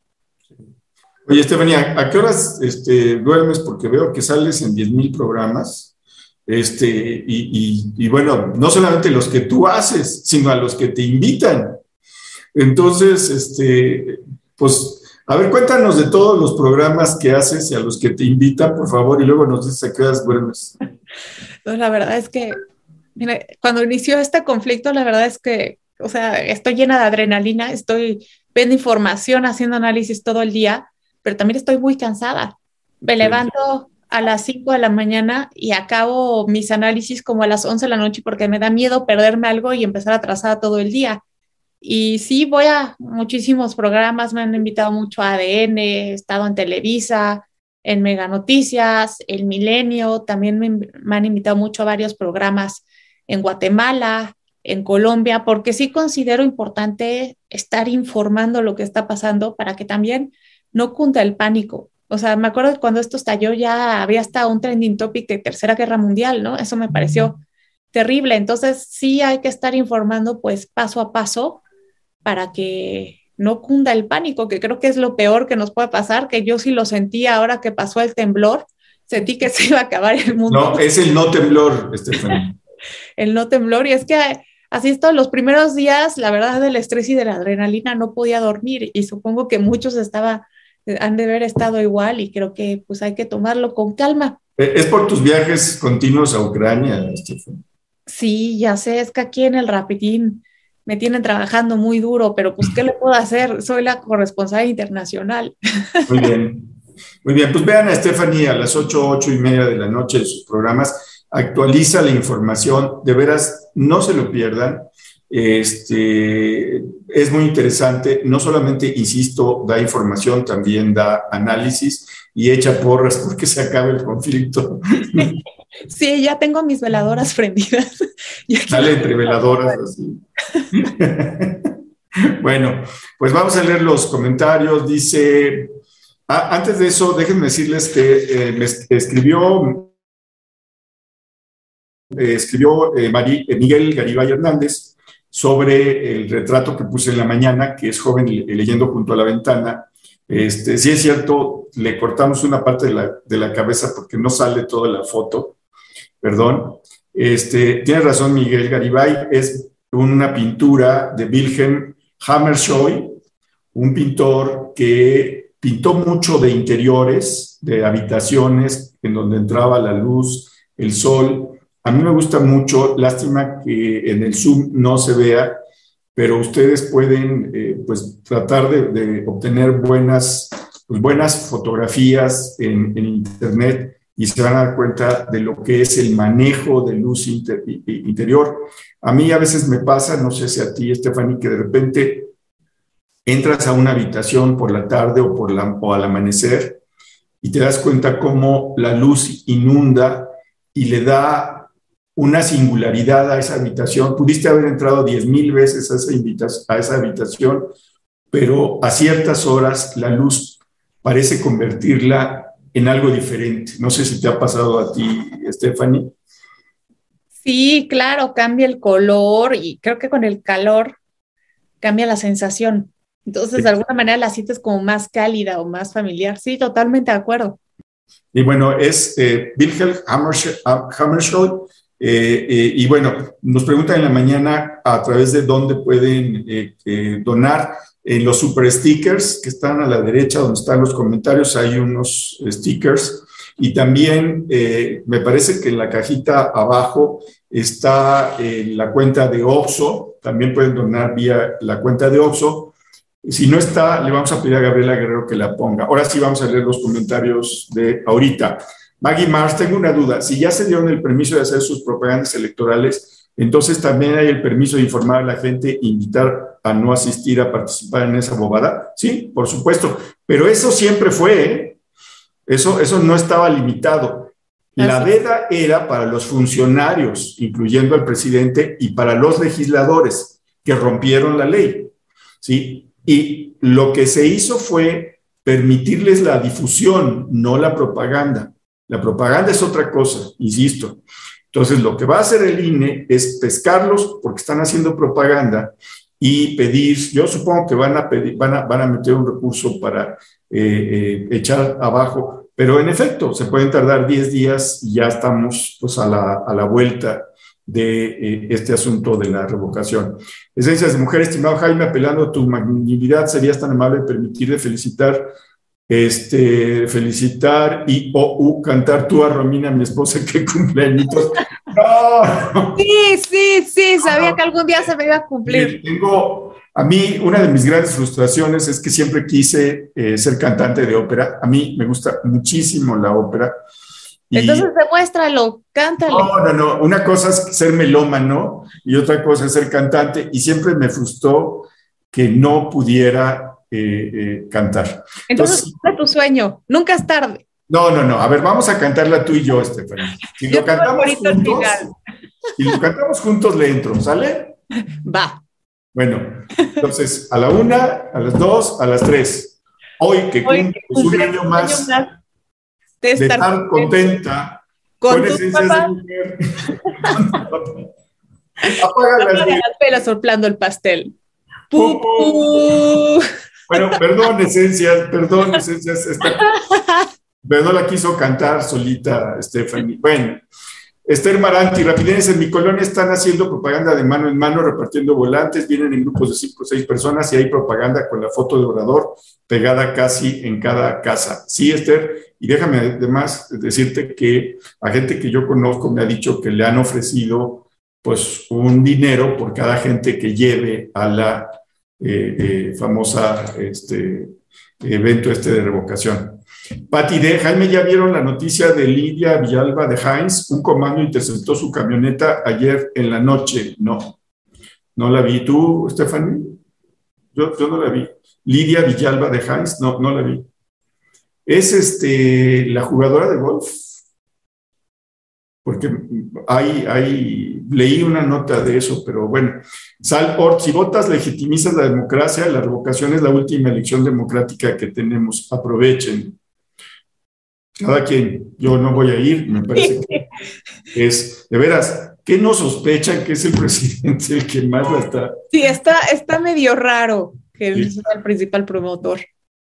Oye, Estefanía, ¿a qué horas este, duermes? Porque veo que sales en diez mil programas. Este, y, y, y bueno, no solamente los que tú haces, sino a los que te invitan. Entonces, este, pues, a ver, cuéntanos de todos los programas que haces y a los que te invitan, por favor, y luego nos dices a qué horas duermes. Pues la verdad es que, mira, cuando inició este conflicto, la verdad es que, o sea, estoy llena de adrenalina, estoy viendo información, haciendo análisis todo el día, pero también estoy muy cansada. Me levanto a las cinco de la mañana y acabo mis análisis como a las once de la noche porque me da miedo perderme algo y empezar atrasada todo el día. Y sí, voy a muchísimos programas, me han invitado mucho a A D N, he estado en Televisa, en Mega Noticias, El Milenio, también me, me han invitado mucho a varios programas en Guatemala, en Colombia, porque sí considero importante estar informando lo que está pasando para que también no cunda el pánico. O sea, me acuerdo que cuando esto estalló ya había hasta un trending topic de Tercera Guerra Mundial, ¿no? Eso me pareció terrible. Entonces sí hay que estar informando pues paso a paso para que no cunda el pánico, que creo que es lo peor que nos puede pasar, que yo sí lo sentí ahora que pasó el temblor, sentí que se iba a acabar el mundo. No, es el no temblor, Estefanía. El no temblor, y es que así es todos los primeros días, la verdad, del estrés y de la adrenalina no podía dormir, y supongo que muchos estaba, han de haber estado igual, y creo que pues hay que tomarlo con calma. Es por tus viajes continuos a Ucrania, Estefanía. Sí, ya sé, es que aquí en el Rapidín me tienen trabajando muy duro, pero pues, ¿qué le puedo hacer? Soy la corresponsal internacional. Muy bien, muy bien. Pues vean a Stephanie a las ocho, ocho y media de la noche en sus programas. Actualiza la información, de veras, no se lo pierdan. Este, es muy interesante. No solamente, insisto, da información, también da análisis y echa porras porque se acabe el conflicto. Sí, ya tengo mis veladoras prendidas. Sale entre veladoras así. Bueno, pues vamos a leer los comentarios. Dice, ah, antes de eso, déjenme decirles que eh, me escribió, eh, escribió eh, Marí, eh, Miguel Garibay Hernández sobre el retrato que puse en la mañana, que es joven leyendo junto a la ventana. Este, sí es cierto, le cortamos una parte de la, de la cabeza porque no sale toda la foto, perdón. Este, tiene razón Miguel Garibay, es una pintura de Wilhelm Hammershøi, un pintor que pintó mucho de interiores, de habitaciones en donde entraba la luz, el sol. A mí me gusta mucho, lástima que en el Zoom no se vea, pero ustedes pueden eh, pues, tratar de, de obtener buenas, pues, buenas fotografías en, en Internet y se van a dar cuenta de lo que es el manejo de luz inter, interior. A mí a veces me pasa, no sé si a ti, Stephanie, que de repente entras a una habitación por la tarde o, por la, o al amanecer y te das cuenta cómo la luz inunda y le da una singularidad a esa habitación. Pudiste haber entrado diez mil veces a esa, invitación, a esa habitación, pero a ciertas horas la luz parece convertirla en algo diferente. No sé si te ha pasado a ti, Stephanie. Sí, claro, cambia el color y creo que con el calor cambia la sensación. Entonces, sí, de alguna manera la sientes como más cálida o más familiar. Sí, totalmente de acuerdo. Y bueno, es eh, Wilhelm Hammershøi. Eh, eh, y bueno, nos preguntan en la mañana a través de dónde pueden eh, eh, donar. En los super stickers que están a la derecha, donde están los comentarios, hay unos stickers. Y también eh, me parece que en la cajita abajo está eh, la cuenta de Oxxo. También pueden donar vía la cuenta de Oxxo. Si no está, le vamos a pedir a Gabriela Guerrero que la ponga. Ahora sí vamos a leer los comentarios de ahorita. Maggie Mars, tengo una duda. Si ya se dieron el permiso de hacer sus propagandas electorales, entonces también hay el permiso de informar a la gente e invitar a no asistir a participar en esa bobada. Sí, por supuesto. Pero eso siempre fue, ¿eh? Eso, eso no estaba limitado. La veda era para los funcionarios, incluyendo al presidente, y para los legisladores que rompieron la ley. ¿sí? Y lo que se hizo fue permitirles la difusión, no la propaganda. La propaganda es otra cosa, insisto. Entonces, lo que va a hacer el I N E es pescarlos porque están haciendo propaganda y pedir, yo supongo que van a, pedir, van a, van a meter un recurso para eh, eh, echar abajo, pero en efecto, se pueden tardar diez días y ya estamos pues, a, la, a la vuelta de eh, este asunto de la revocación. Esencias de Mujer, estimado Jaime, apelando a tu magnanimidad, ¿serías tan amable de permitirle felicitar Este, felicitar y o u, cantar tú a Romina, mi esposa, que cumpleañitos? No. Sí, sí, sí, sabía no, que algún día se me iba a cumplir. Tengo, a mí, una de mis grandes frustraciones es que siempre quise eh, ser cantante de ópera. A mí me gusta muchísimo la ópera. Y, entonces demuéstralo, cántale. No, no, no. Una cosa es ser melómano y otra cosa es ser cantante. Y siempre me frustró que no pudiera Eh, eh, cantar. Entonces, Entonces es tu sueño, nunca es tarde. No, no, no, a ver, vamos a cantarla tú y yo, Estefanía. Si lo cantamos juntos, si lo cantamos juntos le entro, ¿sale? Va. Bueno, entonces, a la una, a las dos, a las tres. Hoy que cumples un año más de estar, estar contenta con, con Esencias de Mujer. Apaga las, las velas soplando el pastel. ¡Pum, pum! Bueno, perdón, Esencias, perdón, Esencias. Esta, pero no la quiso cantar solita, Stephanie. Bueno, Esther Maranti, rapidez, en mi colonia están haciendo propaganda de mano en mano, repartiendo volantes, vienen en grupos de cinco o seis personas y hay propaganda con la foto de Obrador pegada casi en cada casa. Sí, Esther, y déjame además decirte que a gente que yo conozco me ha dicho que le han ofrecido pues un dinero por cada gente que lleve a la eh, eh, famosa este, evento este de revocación. Pati D. Jaime, ¿ya vieron la noticia de Lidia Villalba de Heinz? Un comando interceptó su camioneta ayer en la noche. No, no la vi. ¿Tú, Stephanie? Yo, yo no la vi. Lidia Villalba de Heinz, no, no la vi. Es este, la jugadora de golf. Porque hay, hay, leí una nota de eso, pero bueno. Sal Ort, si votas, legitimizas la democracia, la revocación es la última elección democrática que tenemos. Aprovechen. Cada quien, yo no voy a ir, me parece que es, de veras, ¿qué no sospechan que es el presidente el que más la está? Sí, está, está medio raro que él sea el principal promotor.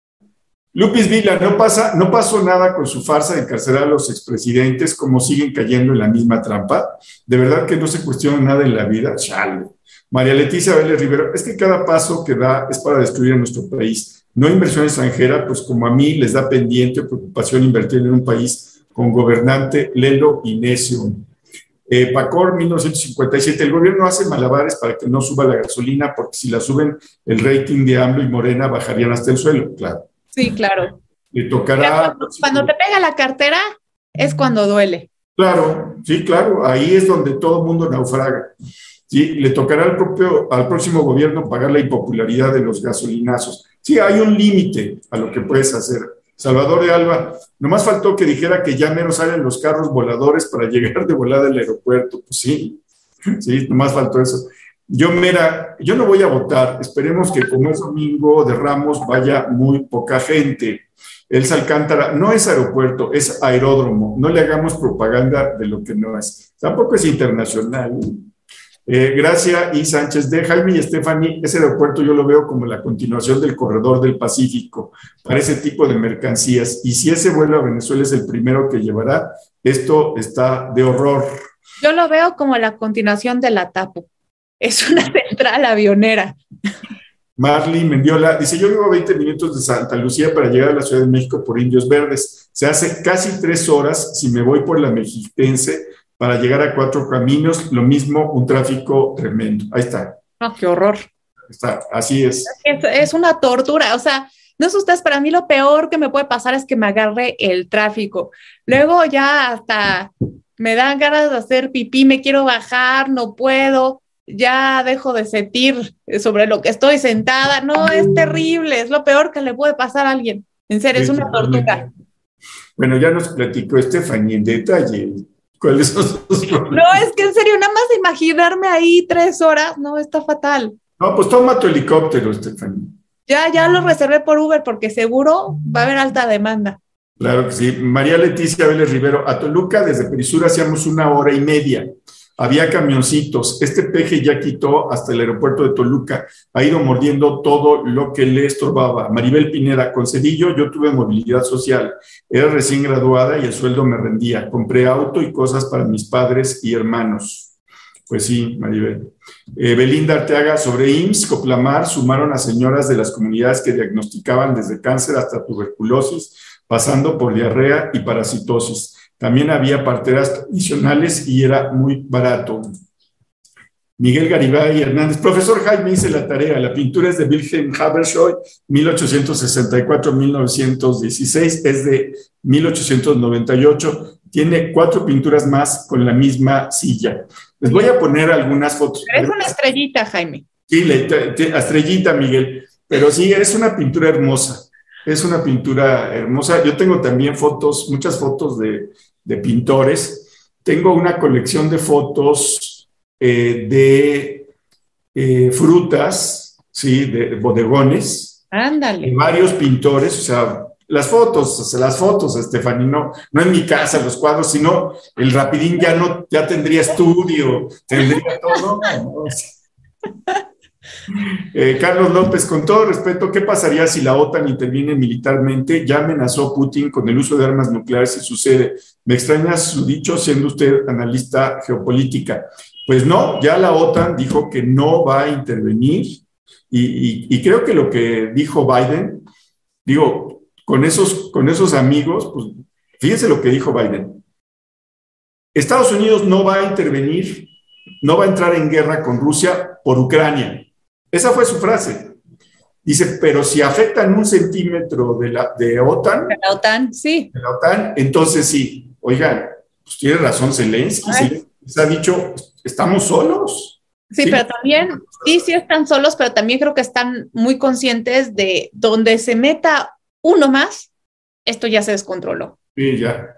Lupis Vila, no pasa, no pasó nada con su farsa de encarcelar a los expresidentes, como siguen cayendo en la misma trampa. De verdad que no se cuestiona nada en la vida, chale. María Leticia Vélez Rivero, es que cada paso que da es para destruir a nuestro país. No inversión extranjera, pues como a mí les da pendiente o preocupación invertir en un país con gobernante lelo y necio. Eh, Pacor, mil novecientos cincuenta y siete, el gobierno hace malabares para que no suba la gasolina, porque si la suben, el rating de AMLO y Morena bajarían hasta el suelo, claro. Sí, claro. Le tocará... Cuando, cuando te pega la cartera, es cuando duele. Claro, sí, claro, ahí es donde todo el mundo naufraga. Sí, le tocará al, propio, al próximo gobierno pagar la impopularidad de los gasolinazos. Sí, hay un límite a lo que puedes hacer. Salvador de Alba, nomás faltó que dijera que ya menos salen los carros voladores para llegar de volada al aeropuerto. Pues sí, sí, nomás faltó eso. Yo, mira, yo no voy a votar. Esperemos que como es domingo de Ramos vaya muy poca gente. Elsa Alcántara, no es aeropuerto, es aeródromo. No le hagamos propaganda de lo que no es. Tampoco es internacional. Eh, Gracia y Sánchez de Jaime y Stephanie, ese aeropuerto yo lo veo como la continuación del corredor del Pacífico para ese tipo de mercancías. Y si ese vuelo a Venezuela es el primero que llevará, esto está de horror. Yo lo veo como la continuación de la TAPO. Es una central avionera. Marley Mendiola dice, yo vivo a veinte minutos de Santa Lucía para llegar a la Ciudad de México por Indios Verdes. Se hace casi tres horas si me voy por la Mexiquense para llegar a Cuatro Caminos, lo mismo, un tráfico tremendo. Ahí está. Oh, qué horror. Está, así es. es. Es una tortura, o sea, no sé ustedes, para mí lo peor que me puede pasar es que me agarre el tráfico. Luego ya hasta me dan ganas de hacer pipí, me quiero bajar, no puedo, ya dejo de sentir sobre lo que estoy sentada. No, es terrible, es lo peor que le puede pasar a alguien. En serio, sí, es una tortura. Bueno, ya nos platicó Stephanie en detalle. ¿Cuáles son sus problemas? No, es que en serio, nada más imaginarme ahí tres horas, no, está fatal. No, pues toma tu helicóptero, Estefanía. Ya, ya lo reservé por Uber porque seguro va a haber alta demanda. Claro que sí. María Leticia Vélez Rivero, a Toluca desde Perisur hacíamos una hora y media. Había camioncitos. Este peje ya quitó hasta el aeropuerto de Toluca. Ha ido mordiendo todo lo que le estorbaba. Maribel Pineda, con Cedillo yo tuve movilidad social. Era recién graduada y el sueldo me rendía. Compré auto y cosas para mis padres y hermanos. Pues sí, Maribel. Eh, Belinda Arteaga, sobre I M S S, Coplamar, sumaron a señoras de las comunidades que diagnosticaban desde cáncer hasta tuberculosis, pasando por diarrea y parasitosis. También había parteras tradicionales y era muy barato. Miguel Garibay Hernández, profesor Jaime, hice la tarea. La pintura es de Wilhelm Habershoy, mil ochocientos sesenta y cuatro a mil novecientos dieciséis, es de mil ochocientos noventa y ocho. Tiene cuatro pinturas más con la misma silla. Les voy a poner algunas fotos. Pero es una estrellita, Jaime. Sí, la estrellita, Miguel. Pero sí, es una pintura hermosa. Es una pintura hermosa. Yo tengo también fotos, muchas fotos de, de pintores. Tengo una colección de fotos eh, de eh, frutas, ¿sí? De, de bodegones. Ándale. De varios pintores, o sea, las fotos, o sea, las fotos, Estefanía, no, no en mi casa, los cuadros, sino el Rapidín ya no, ya tendría estudio, tendría todo. No, no sé. Eh, Carlos López, con todo respeto, ¿qué pasaría si la OTAN interviene militarmente? Ya amenazó Putin con el uso de armas nucleares si sucede. Me extraña su dicho, siendo usted analista geopolítica. Pues no, ya la OTAN dijo que no va a intervenir y, y, y creo que lo que dijo Biden, digo, con esos, con esos amigos, pues fíjense lo que dijo Biden. Estados Unidos no va a intervenir, no va a entrar en guerra con Rusia por Ucrania. Esa fue su frase. Dice, pero si afectan un centímetro de la de OTAN, de la OTAN, sí. De la OTAN, entonces sí. Oigan, pues tiene razón Zelensky, Zelensky se ha dicho, estamos solos. Sí, sí, pero también, sí, sí están solos, pero también creo que están muy conscientes de donde se meta uno más, esto ya se descontroló. Sí, ya.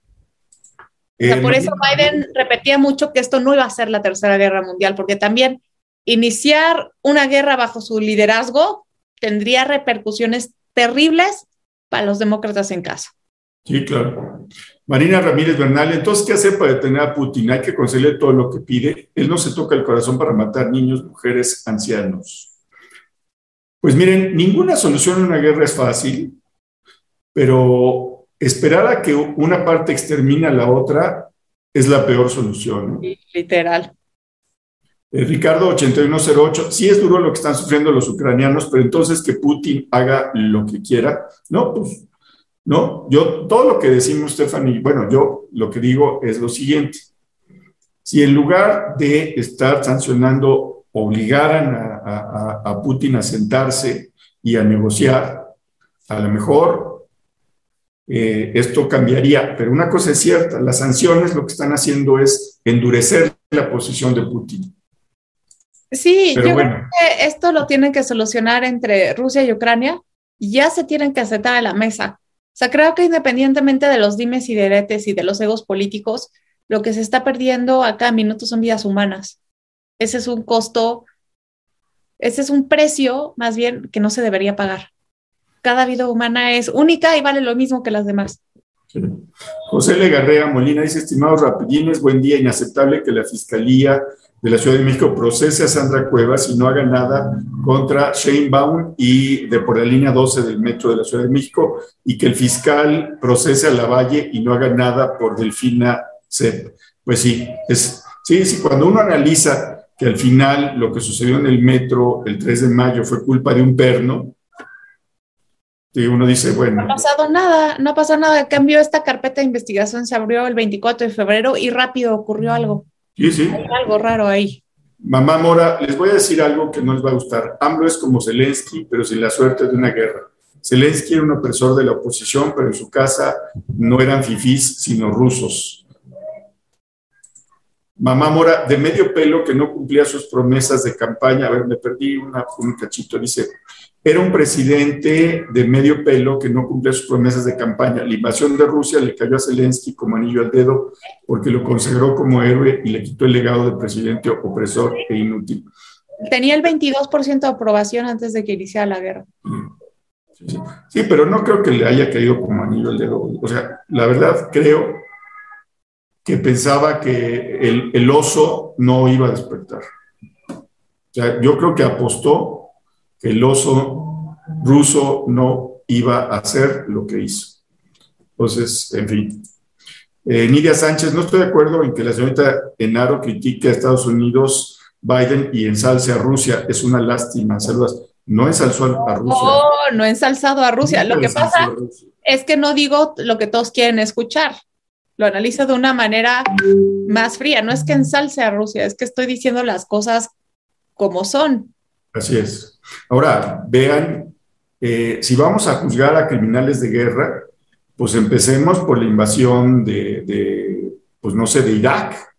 O sea, eh, por eso Biden repetía mucho que esto no iba a ser la Tercera Guerra Mundial, porque también iniciar una guerra bajo su liderazgo tendría repercusiones terribles para los demócratas en casa. Sí, claro. Marina Ramírez Bernal, entonces, ¿qué hacer para detener a Putin? Hay que concederle todo lo que pide. Él no se toca el corazón para matar niños, mujeres, ancianos. Pues miren, ninguna solución a una guerra es fácil, pero esperar a que una parte extermine a la otra es la peor solución, ¿no? Sí, literal. Eh, Ricardo ochenta y uno cero ocho, sí es duro lo que están sufriendo los ucranianos, pero entonces que Putin haga lo que quiera. No, pues, no, yo, todo lo que decimos, Stephanie, bueno, yo lo que digo es lo siguiente. Si en lugar de estar sancionando, obligaran a, a, a Putin a sentarse y a negociar, a lo mejor eh, esto cambiaría. Pero una cosa es cierta, las sanciones lo que están haciendo es endurecer la posición de Putin. Sí, Pero yo bueno. creo que esto lo tienen que solucionar entre Rusia y Ucrania y ya se tienen que sentar a la mesa. O sea, creo que independientemente de los dimes y diretes y de los egos políticos, lo que se está perdiendo a cada minuto son vidas humanas. Ese es un costo, ese es un precio más bien que no se debería pagar. Cada vida humana es única y vale lo mismo que las demás. Sí. José Legarrea Molina dice, estimados rapidines, buen día, inaceptable que la Fiscalía de la Ciudad de México procese a Sandra Cuevas y no haga nada contra Sheinbaum y de por la línea doce del metro de la Ciudad de México, y que el fiscal procese a Lavalle y no haga nada por Delfina Zep. Pues sí, es, sí, sí, cuando uno analiza que al final lo que sucedió en el metro el tres de mayo fue culpa de un perno, y uno dice, bueno. No ha pasado nada, no ha pasado nada. En cambio, esta carpeta de investigación se abrió el veinticuatro de febrero y rápido ocurrió algo. Sí, sí. Hay algo raro ahí. Mamá Mora, les voy a decir algo que no les va a gustar. AMLO es como Zelensky, pero sin la suerte de una guerra. Zelensky era un opresor de la oposición, pero en su casa no eran fifís, sino rusos. Mamá Mora, de medio pelo que no cumplía sus promesas de campaña. A ver, me perdí una, un cachito. Dice, era un presidente de medio pelo que no cumplía sus promesas de campaña. La invasión de Rusia le cayó a Zelensky como anillo al dedo porque lo consagró como héroe y le quitó el legado de presidente opresor e inútil. tenía el veintidós por ciento de aprobación antes de que iniciara la guerra. Sí, sí. Sí, pero no creo que le haya caído como anillo al dedo. O sea, la verdad creo que pensaba que el, el oso no iba a despertar. O sea, yo creo que apostó que el oso ruso no iba a hacer lo que hizo. Entonces, en fin. Eh, Nidia Sánchez, no estoy de acuerdo en que la señorita Enaro critique a Estados Unidos, Biden y ensalce a Rusia. Es una lástima. Saludos. No ensalzó a Rusia. No, no he ensalzado a Rusia. Lo que pasa es que no digo lo que todos quieren escuchar. Lo analizo de una manera más fría. No es que ensalce a Rusia, es que estoy diciendo las cosas como son. Así es. Ahora, vean, eh, si vamos a juzgar a criminales de guerra, pues empecemos por la invasión de, de pues no sé, de Irak,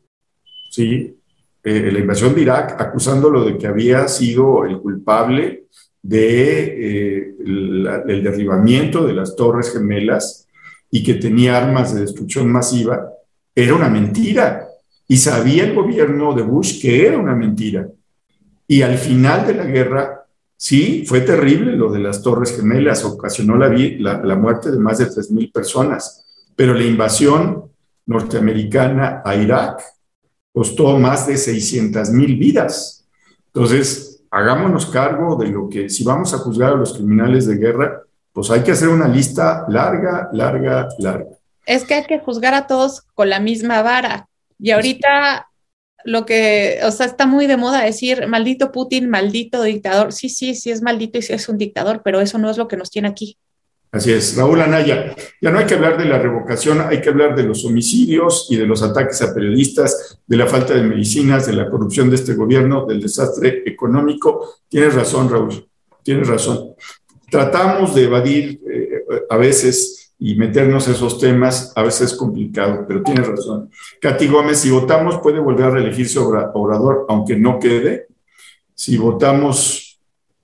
¿sí? Eh, la invasión de Irak, acusándolo de que había sido el culpable de eh, la, el derribamiento de las Torres Gemelas y que tenía armas de destrucción masiva, era una mentira. Y sabía el gobierno de Bush que era una mentira. Y al final de la guerra, sí, fue terrible lo de las Torres Gemelas, ocasionó la, la, la muerte de más de tres mil personas, pero la invasión norteamericana a Irak costó más de seiscientas mil vidas. Entonces, hagámonos cargo de lo que, si vamos a juzgar a los criminales de guerra, pues hay que hacer una lista larga, larga, larga. Es que hay que juzgar a todos con la misma vara. Y ahorita lo que, o sea, está muy de moda decir, maldito Putin, maldito dictador. Sí, sí, sí es maldito y sí es un dictador, pero eso no es lo que nos tiene aquí. Así es. Raúl Anaya, ya no hay que hablar de la revocación, hay que hablar de los homicidios y de los ataques a periodistas, de la falta de medicinas, de la corrupción de este gobierno, del desastre económico. Tienes razón, Raúl, tienes razón. Tratamos de evadir eh, a veces y meternos en esos temas, a veces es complicado, pero tienes razón. Katy Gómez, si votamos puede volver a reelegirse Obrador, aunque no quede. Si votamos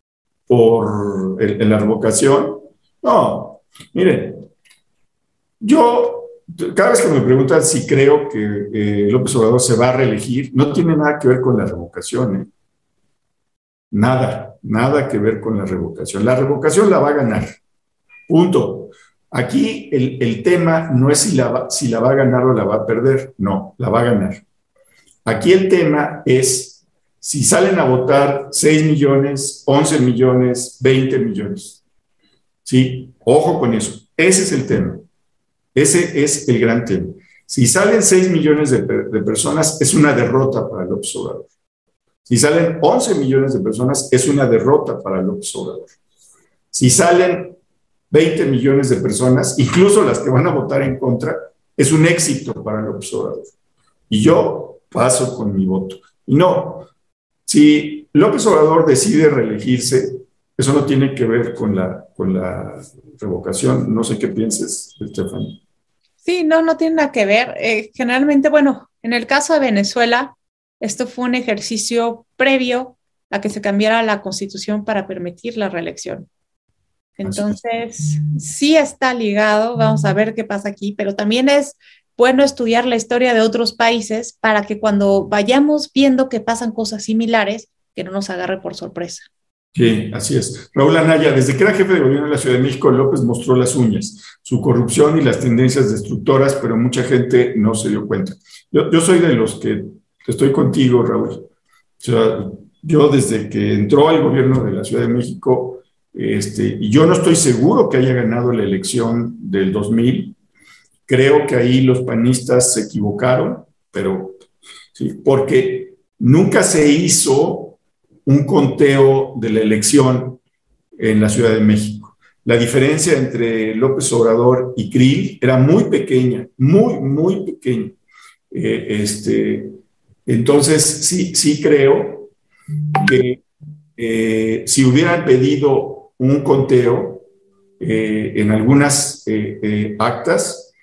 por el, en la revocación, no, miren, yo, cada vez que me preguntan si creo que eh, López Obrador se va a reelegir, no tiene nada que ver con la revocación, ¿eh? Nada, nada que ver con la revocación. La revocación la va a ganar, punto. Aquí el, el tema no es si la, va, si la va a ganar o la va a perder, no, la va a ganar. Aquí el tema es si salen a votar seis millones, once millones, veinte millones. Sí, ojo con eso. Ese es el tema. Ese es el gran tema. Si salen seis millones de, de personas, es una derrota para López Obrador. Si salen once millones de personas, es una derrota para López Obrador. Si salen veinte millones de personas, incluso las que van a votar en contra, es un éxito para López Obrador. Y yo paso con mi voto. Y no, si López Obrador decide reelegirse, eso no tiene que ver con la, con la revocación. No sé qué pienses, Estefania. Sí, no, no tiene nada que ver. Eh, generalmente, bueno, en el caso de Venezuela, esto fue un ejercicio previo a que se cambiara la constitución para permitir la reelección. Entonces, sí está ligado, vamos a ver qué pasa aquí, pero también es bueno estudiar la historia de otros países para que cuando vayamos viendo que pasan cosas similares, que no nos agarre por sorpresa. Sí, así es. Raúl Anaya, desde que era jefe de gobierno de la Ciudad de México, López mostró las uñas, su corrupción y las tendencias destructoras, pero mucha gente no se dio cuenta. Yo, yo soy de los que estoy contigo, Raúl. O sea, yo desde que entró al gobierno de la Ciudad de México, este, y yo no estoy seguro que haya ganado la elección del dos mil, creo que ahí los panistas se equivocaron, pero sí, porque nunca se hizo un conteo de la elección en la Ciudad de México. La diferencia entre López Obrador y Krill era muy pequeña, muy, muy pequeña. Eh, este, entonces, sí, sí creo que eh, si hubieran pedido un conteo eh, en algunas eh, eh, actas,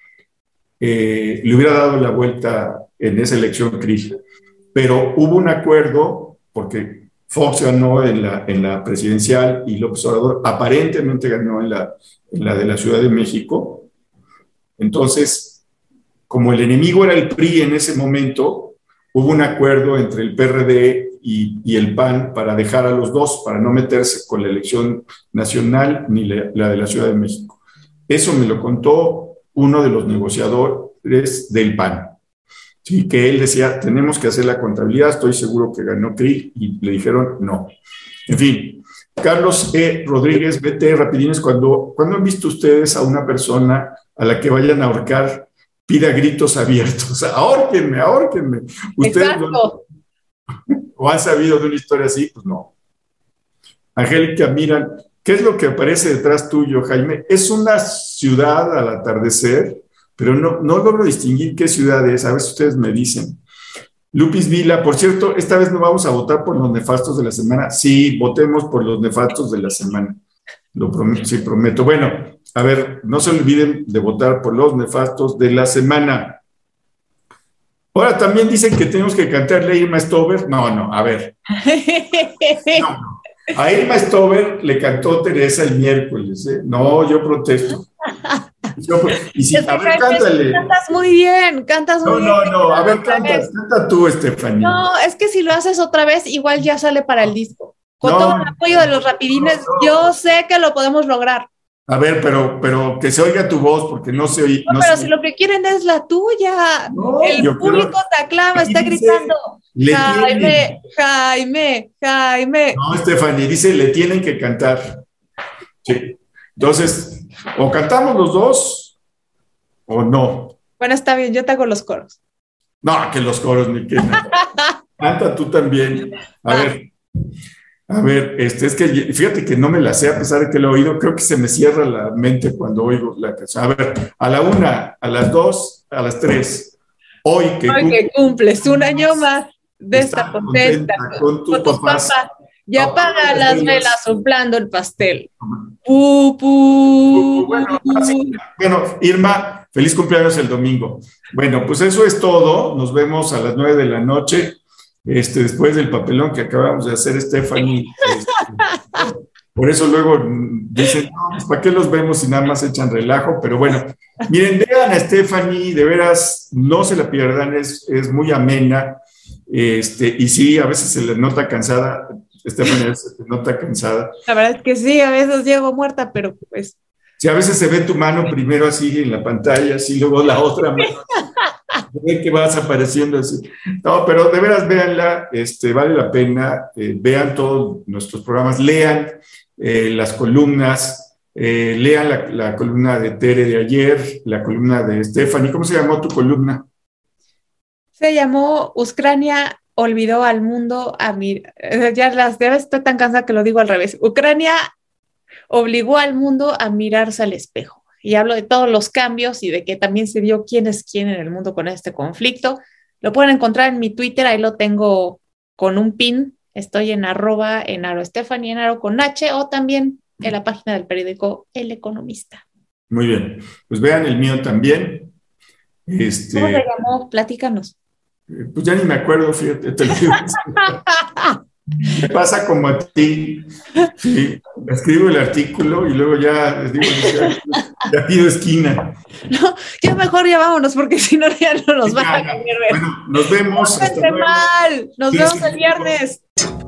eh, le hubiera dado la vuelta en esa elección Krill. Pero hubo un acuerdo, porque Fox ganó en la, en la presidencial y López Obrador aparentemente ganó en la, en la de la Ciudad de México. Entonces, como el enemigo era el P R I en ese momento, hubo un acuerdo entre el P R D y, y el P A N para dejar a los dos, para no meterse con la elección nacional ni la, la de la Ciudad de México. Eso me lo contó uno de los negociadores del P A N. Sí, que él decía, tenemos que hacer la contabilidad, estoy seguro que ganó C R I, y le dijeron no. En fin, Carlos E. Rodríguez, B T, rapidines, cuando, cuando han visto ustedes a una persona a la que vayan a ahorcar, pida gritos abiertos, ahórquenme, ahórquenme. ¿Ustedes no, o han sabido de una historia así? Pues no. Angélica, miran, ¿qué es lo que aparece detrás tuyo, Jaime? Es una ciudad al atardecer, pero no, no logro distinguir qué ciudad es, a ver si ustedes me dicen. Lupis Vila, por cierto, esta vez no vamos a votar por los nefastos de la semana. Sí, votemos por los nefastos de la semana. Lo prometo, sí, prometo. Bueno, a ver, no se olviden de votar por los nefastos de la semana. Ahora también dicen que tenemos que cantarle a Irma Stover. No, no, a ver. No, no. A Irma Stover le cantó Teresa el miércoles, ¿eh? No, yo protesto. Yo, y si, es que a ver, cántale. Cantas muy bien, cantas muy no, bien. No, no, no, a ver, canta, canta tú, Estefanía. No, es que si lo haces otra vez, igual ya sale para el disco. Con no, todo el apoyo de los rapidines, no, no. Yo sé que lo podemos lograr. A ver, pero, pero que se oiga tu voz, porque no se oye. No, no pero se... si lo que quieren es la tuya. No, el público creo... te aclama, está dice, gritando. Jaime, tienen... Jaime, Jaime. No, Estefanía, dice, le tienen que cantar. Sí. Entonces, o cantamos los dos, o no. Bueno, está bien, yo te hago los coros. No, que los coros, ni que nada. Canta tú también. A ah. ver. A ver, este, es que fíjate que no me la sé a pesar de que lo he oído, creo que se me cierra la mente cuando oigo la canción. A ver, a la una, a las dos, a las tres. Hoy que, Hoy cumples, que cumples un año más de esta contenta con, tu con tus papás. papás. Ya no, apaga las velas, velas soplando el pastel. Pu, pu, bueno, así, bueno, Irma, feliz cumpleaños el domingo. Bueno, pues eso es todo. Nos vemos a las nueve de la noche. Este, después del papelón que acabamos de hacer, Stephanie. Este, por eso luego dicen, no, pues, ¿para qué los vemos si nada más echan relajo? Pero bueno, miren, vean a Stephanie, de veras, no se la pierdan, es, es muy amena, este, y sí, a veces se le nota cansada, Stephanie se le nota cansada. La verdad es que sí, a veces llego muerta, pero pues... Sí, a veces se ve tu mano primero así en la pantalla, así luego la otra mano. Ver que vas apareciendo así. No, pero de veras véanla, este, vale la pena, eh, vean todos nuestros programas, lean eh, las columnas, eh, lean la, la columna de Tere de ayer, la columna de Stephanie. ¿Cómo se llamó tu columna? Se llamó Ucrania olvidó al mundo a mirar. Ya las ya estoy tan cansada que lo digo al revés. Ucrania obligó al mundo a mirarse al espejo. Y hablo de todos los cambios y de que también se vio quién es quién en el mundo con este conflicto. Lo pueden encontrar en mi Twitter, ahí lo tengo con un pin. Estoy en arroba Enaro Stephanie, Enaro con H, o también en la página del periódico El Economista. Muy bien, pues vean el mío también. Este, ¿Cómo se llamó? Platícanos. Pues ya ni me acuerdo, fíjate. Te lo digo. Me pasa como a ti, sí, escribo el artículo y luego ya les digo, ya, ya pido esquina. No, ya mejor ya vámonos, porque si no ya no nos van a cambiar. Bueno, nos vemos. No hasta mal, nos sí, vemos sí, el viernes.